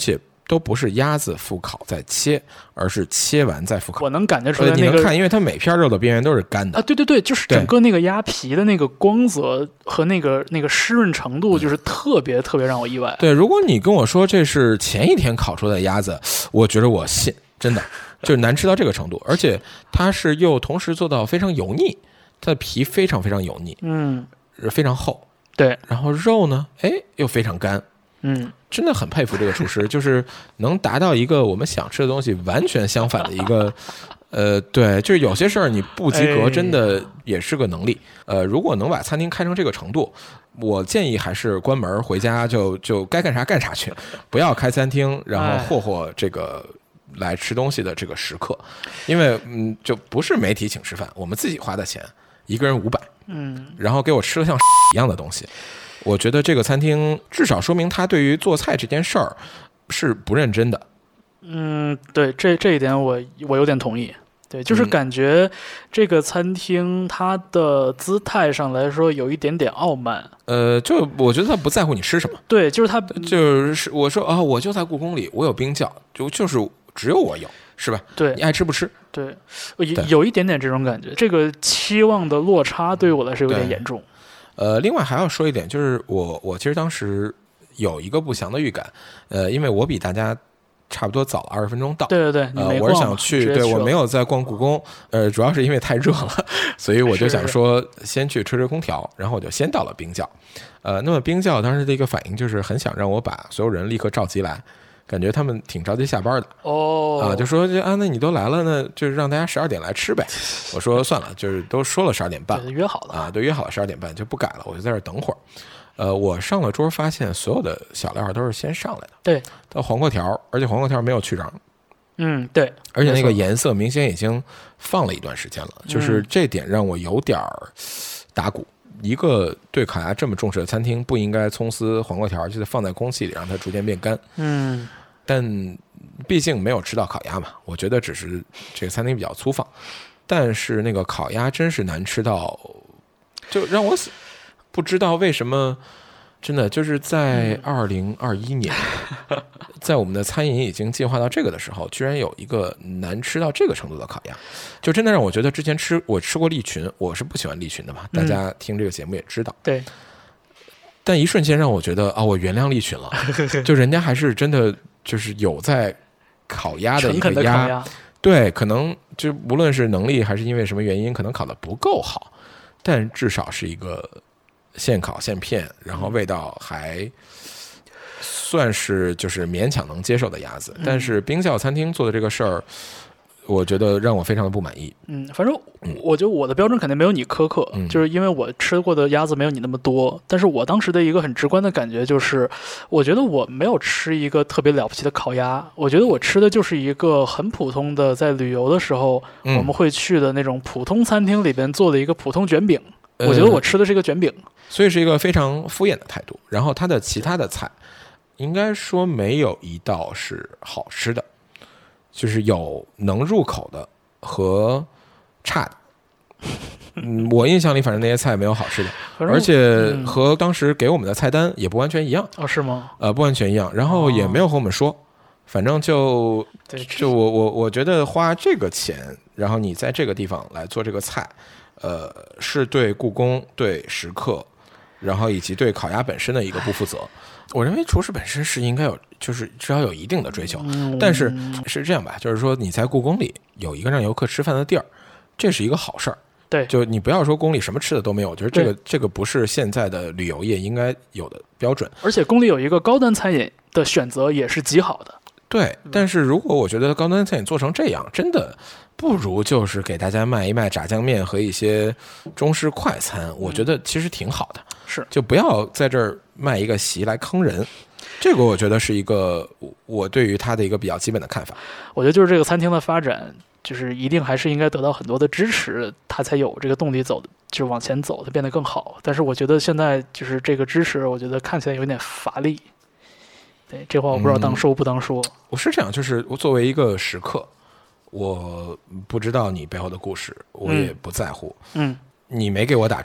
都不是鸭子复烤再切，而是切完再复烤。 我能感觉出来， 你能看，因为它每片肉的边缘都是干的啊。对对对，就是整个那个鸭皮的那个光泽和那个湿润程度，就是特别特别让我意外。 对，如果你跟我说这是前一天烤出来的鸭子，我觉得我信，真的就是难吃到这个程度，而且它是又同时做到非常油腻，它的皮非常非常油腻，非常厚。 对， 然后肉呢，又非常干。真的很佩服这个厨师，就是能达到一个我们想吃的东西完全相反的一个，对，就是有些事儿你不及格，真的也是个能力。如果能把餐厅开成这个程度，我建议还是关门回家就该干啥干啥去，不要开餐厅，然后霍霍这个来吃东西的这个食客，因为就不是媒体请吃饭，我们自己花的钱，一个人500，然后给我吃了像一样的东西。我觉得这个餐厅至少说明他对于做菜这件事儿是不认真的。 对，这一点我有点同意。对，就是感觉这个餐厅它的姿态上来说有一点点傲慢。 就我觉得他不在乎你吃什么。 对，就是他就是我说啊，我就在故宫里，我有冰窖，就是只有我有，是吧？ 对， 你爱吃不吃？ 对，有一点点这种感觉。这个期望的落差对于我来说有点严重。 另外还要说一点，就是我其实当时有一个不祥的预感，因为我比大家差不多早了20分钟到。 对对对， 我是想去，对，我没有在逛故宫，主要是因为太热了，所以我就想说先去吹吹空调，然后我就先到了冰窖。那么冰窖当时的一个反应就是很想让我把所有人立刻召集来。感觉他们挺着急下班的就说那你都来了，那就让大家12点来吃呗。我说算了，就是都说了12点半， 约好了对，约好了12点半就不改了，我就在这等会儿。我上了桌发现所有的小料都是先上来的， 对， 到黄瓜条，而且黄瓜条没有去瓤， 对， 而且那个颜色明显已经放了一段时间了，就是这点让我有点打鼓。一个对烤鸭这么重视的餐厅，不应该葱丝黄瓜条就是放在空气里让它逐渐变干。但毕竟没有吃到烤鸭嘛，我觉得只是这个餐厅比较粗放。但是那个烤鸭真是难吃到，就让我不知道为什么，真的就是在2021年，在我们的餐饮已经进化到这个的时候，居然有一个难吃到这个程度的烤鸭，就真的让我觉得之前我吃过利群，我是不喜欢利群的嘛，大家听这个节目也知道。 对。 但一瞬间让我觉得我原谅利群了，就人家还是真的就是有在烤鸭的一个鸭，对，可能就无论是能力还是因为什么原因，可能烤得不够好，但至少是一个现烤现片，然后味道还算是就是勉强能接受的鸭子。但是冰窖餐厅做的这个事儿，我觉得让我非常的不满意。 反正我觉得我的标准肯定没有你苛刻，就是因为我吃过的鸭子没有你那么多。但是我当时的一个很直观的感觉就是，我觉得我没有吃一个特别了不起的烤鸭，我觉得我吃的就是一个很普通的，在旅游的时候我们会去的那种普通餐厅里边做的一个普通卷饼。我觉得我吃的是一个卷饼， 所以是一个非常敷衍的态度。然后它的其他的菜，应该说没有一道是好吃的。就是有能入口的和差的，我印象里反正那些菜没有好吃的，而且和当时给我们的菜单也不完全一样。 是吗？ 不完全一样，然后也没有和我们说，反正就我觉得花这个钱，然后你在这个地方来做这个菜，是对故宫、对食客，然后以及对烤鸭本身的一个不负责。我认为厨师本身是应该有，就是至少有一定的追求，但是是这样吧，就是说你在故宫里有一个让游客吃饭的地儿，这是一个好事儿。 对， 就你不要说宫里什么吃的都没有，我觉得这个不是现在的旅游业应该有的标准。 而且宫里有一个高端餐饮的选择也是极好的。 对，但是如果我觉得高端餐饮做成这样，真的不如就是给大家卖一卖炸酱面和一些中式快餐，我觉得其实挺好的。 是， 就不要在这儿卖一个席来坑人。这个我觉得是一个我对于它的一个比较基本的看法。 我觉得就是这个餐厅的发展，就是一定还是应该得到很多的支持，它才有这个动力走，就是往前走，它变得更好。但是我觉得现在就是这个支持，我觉得看起来有点乏力。对，这话我不知道当说不当说。 我是这样，就是我作为一个食客，我不知道你背后的故事，我也不在乎。你没给我打折，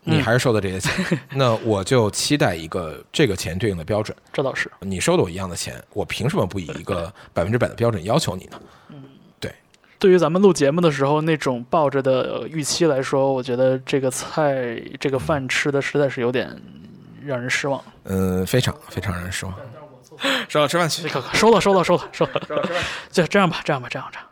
你还是收的这些钱，那我就期待一个这个钱对应的标准。 这倒是， 你收的我一样的钱，我凭什么不以一个100%的标准要求你呢？对。 对于咱们录节目的时候那种抱着的预期来说，我觉得这个菜这个饭吃的实在是有点让人失望。 非常非常让人失望。收了，吃饭去。 收了。就这样吧。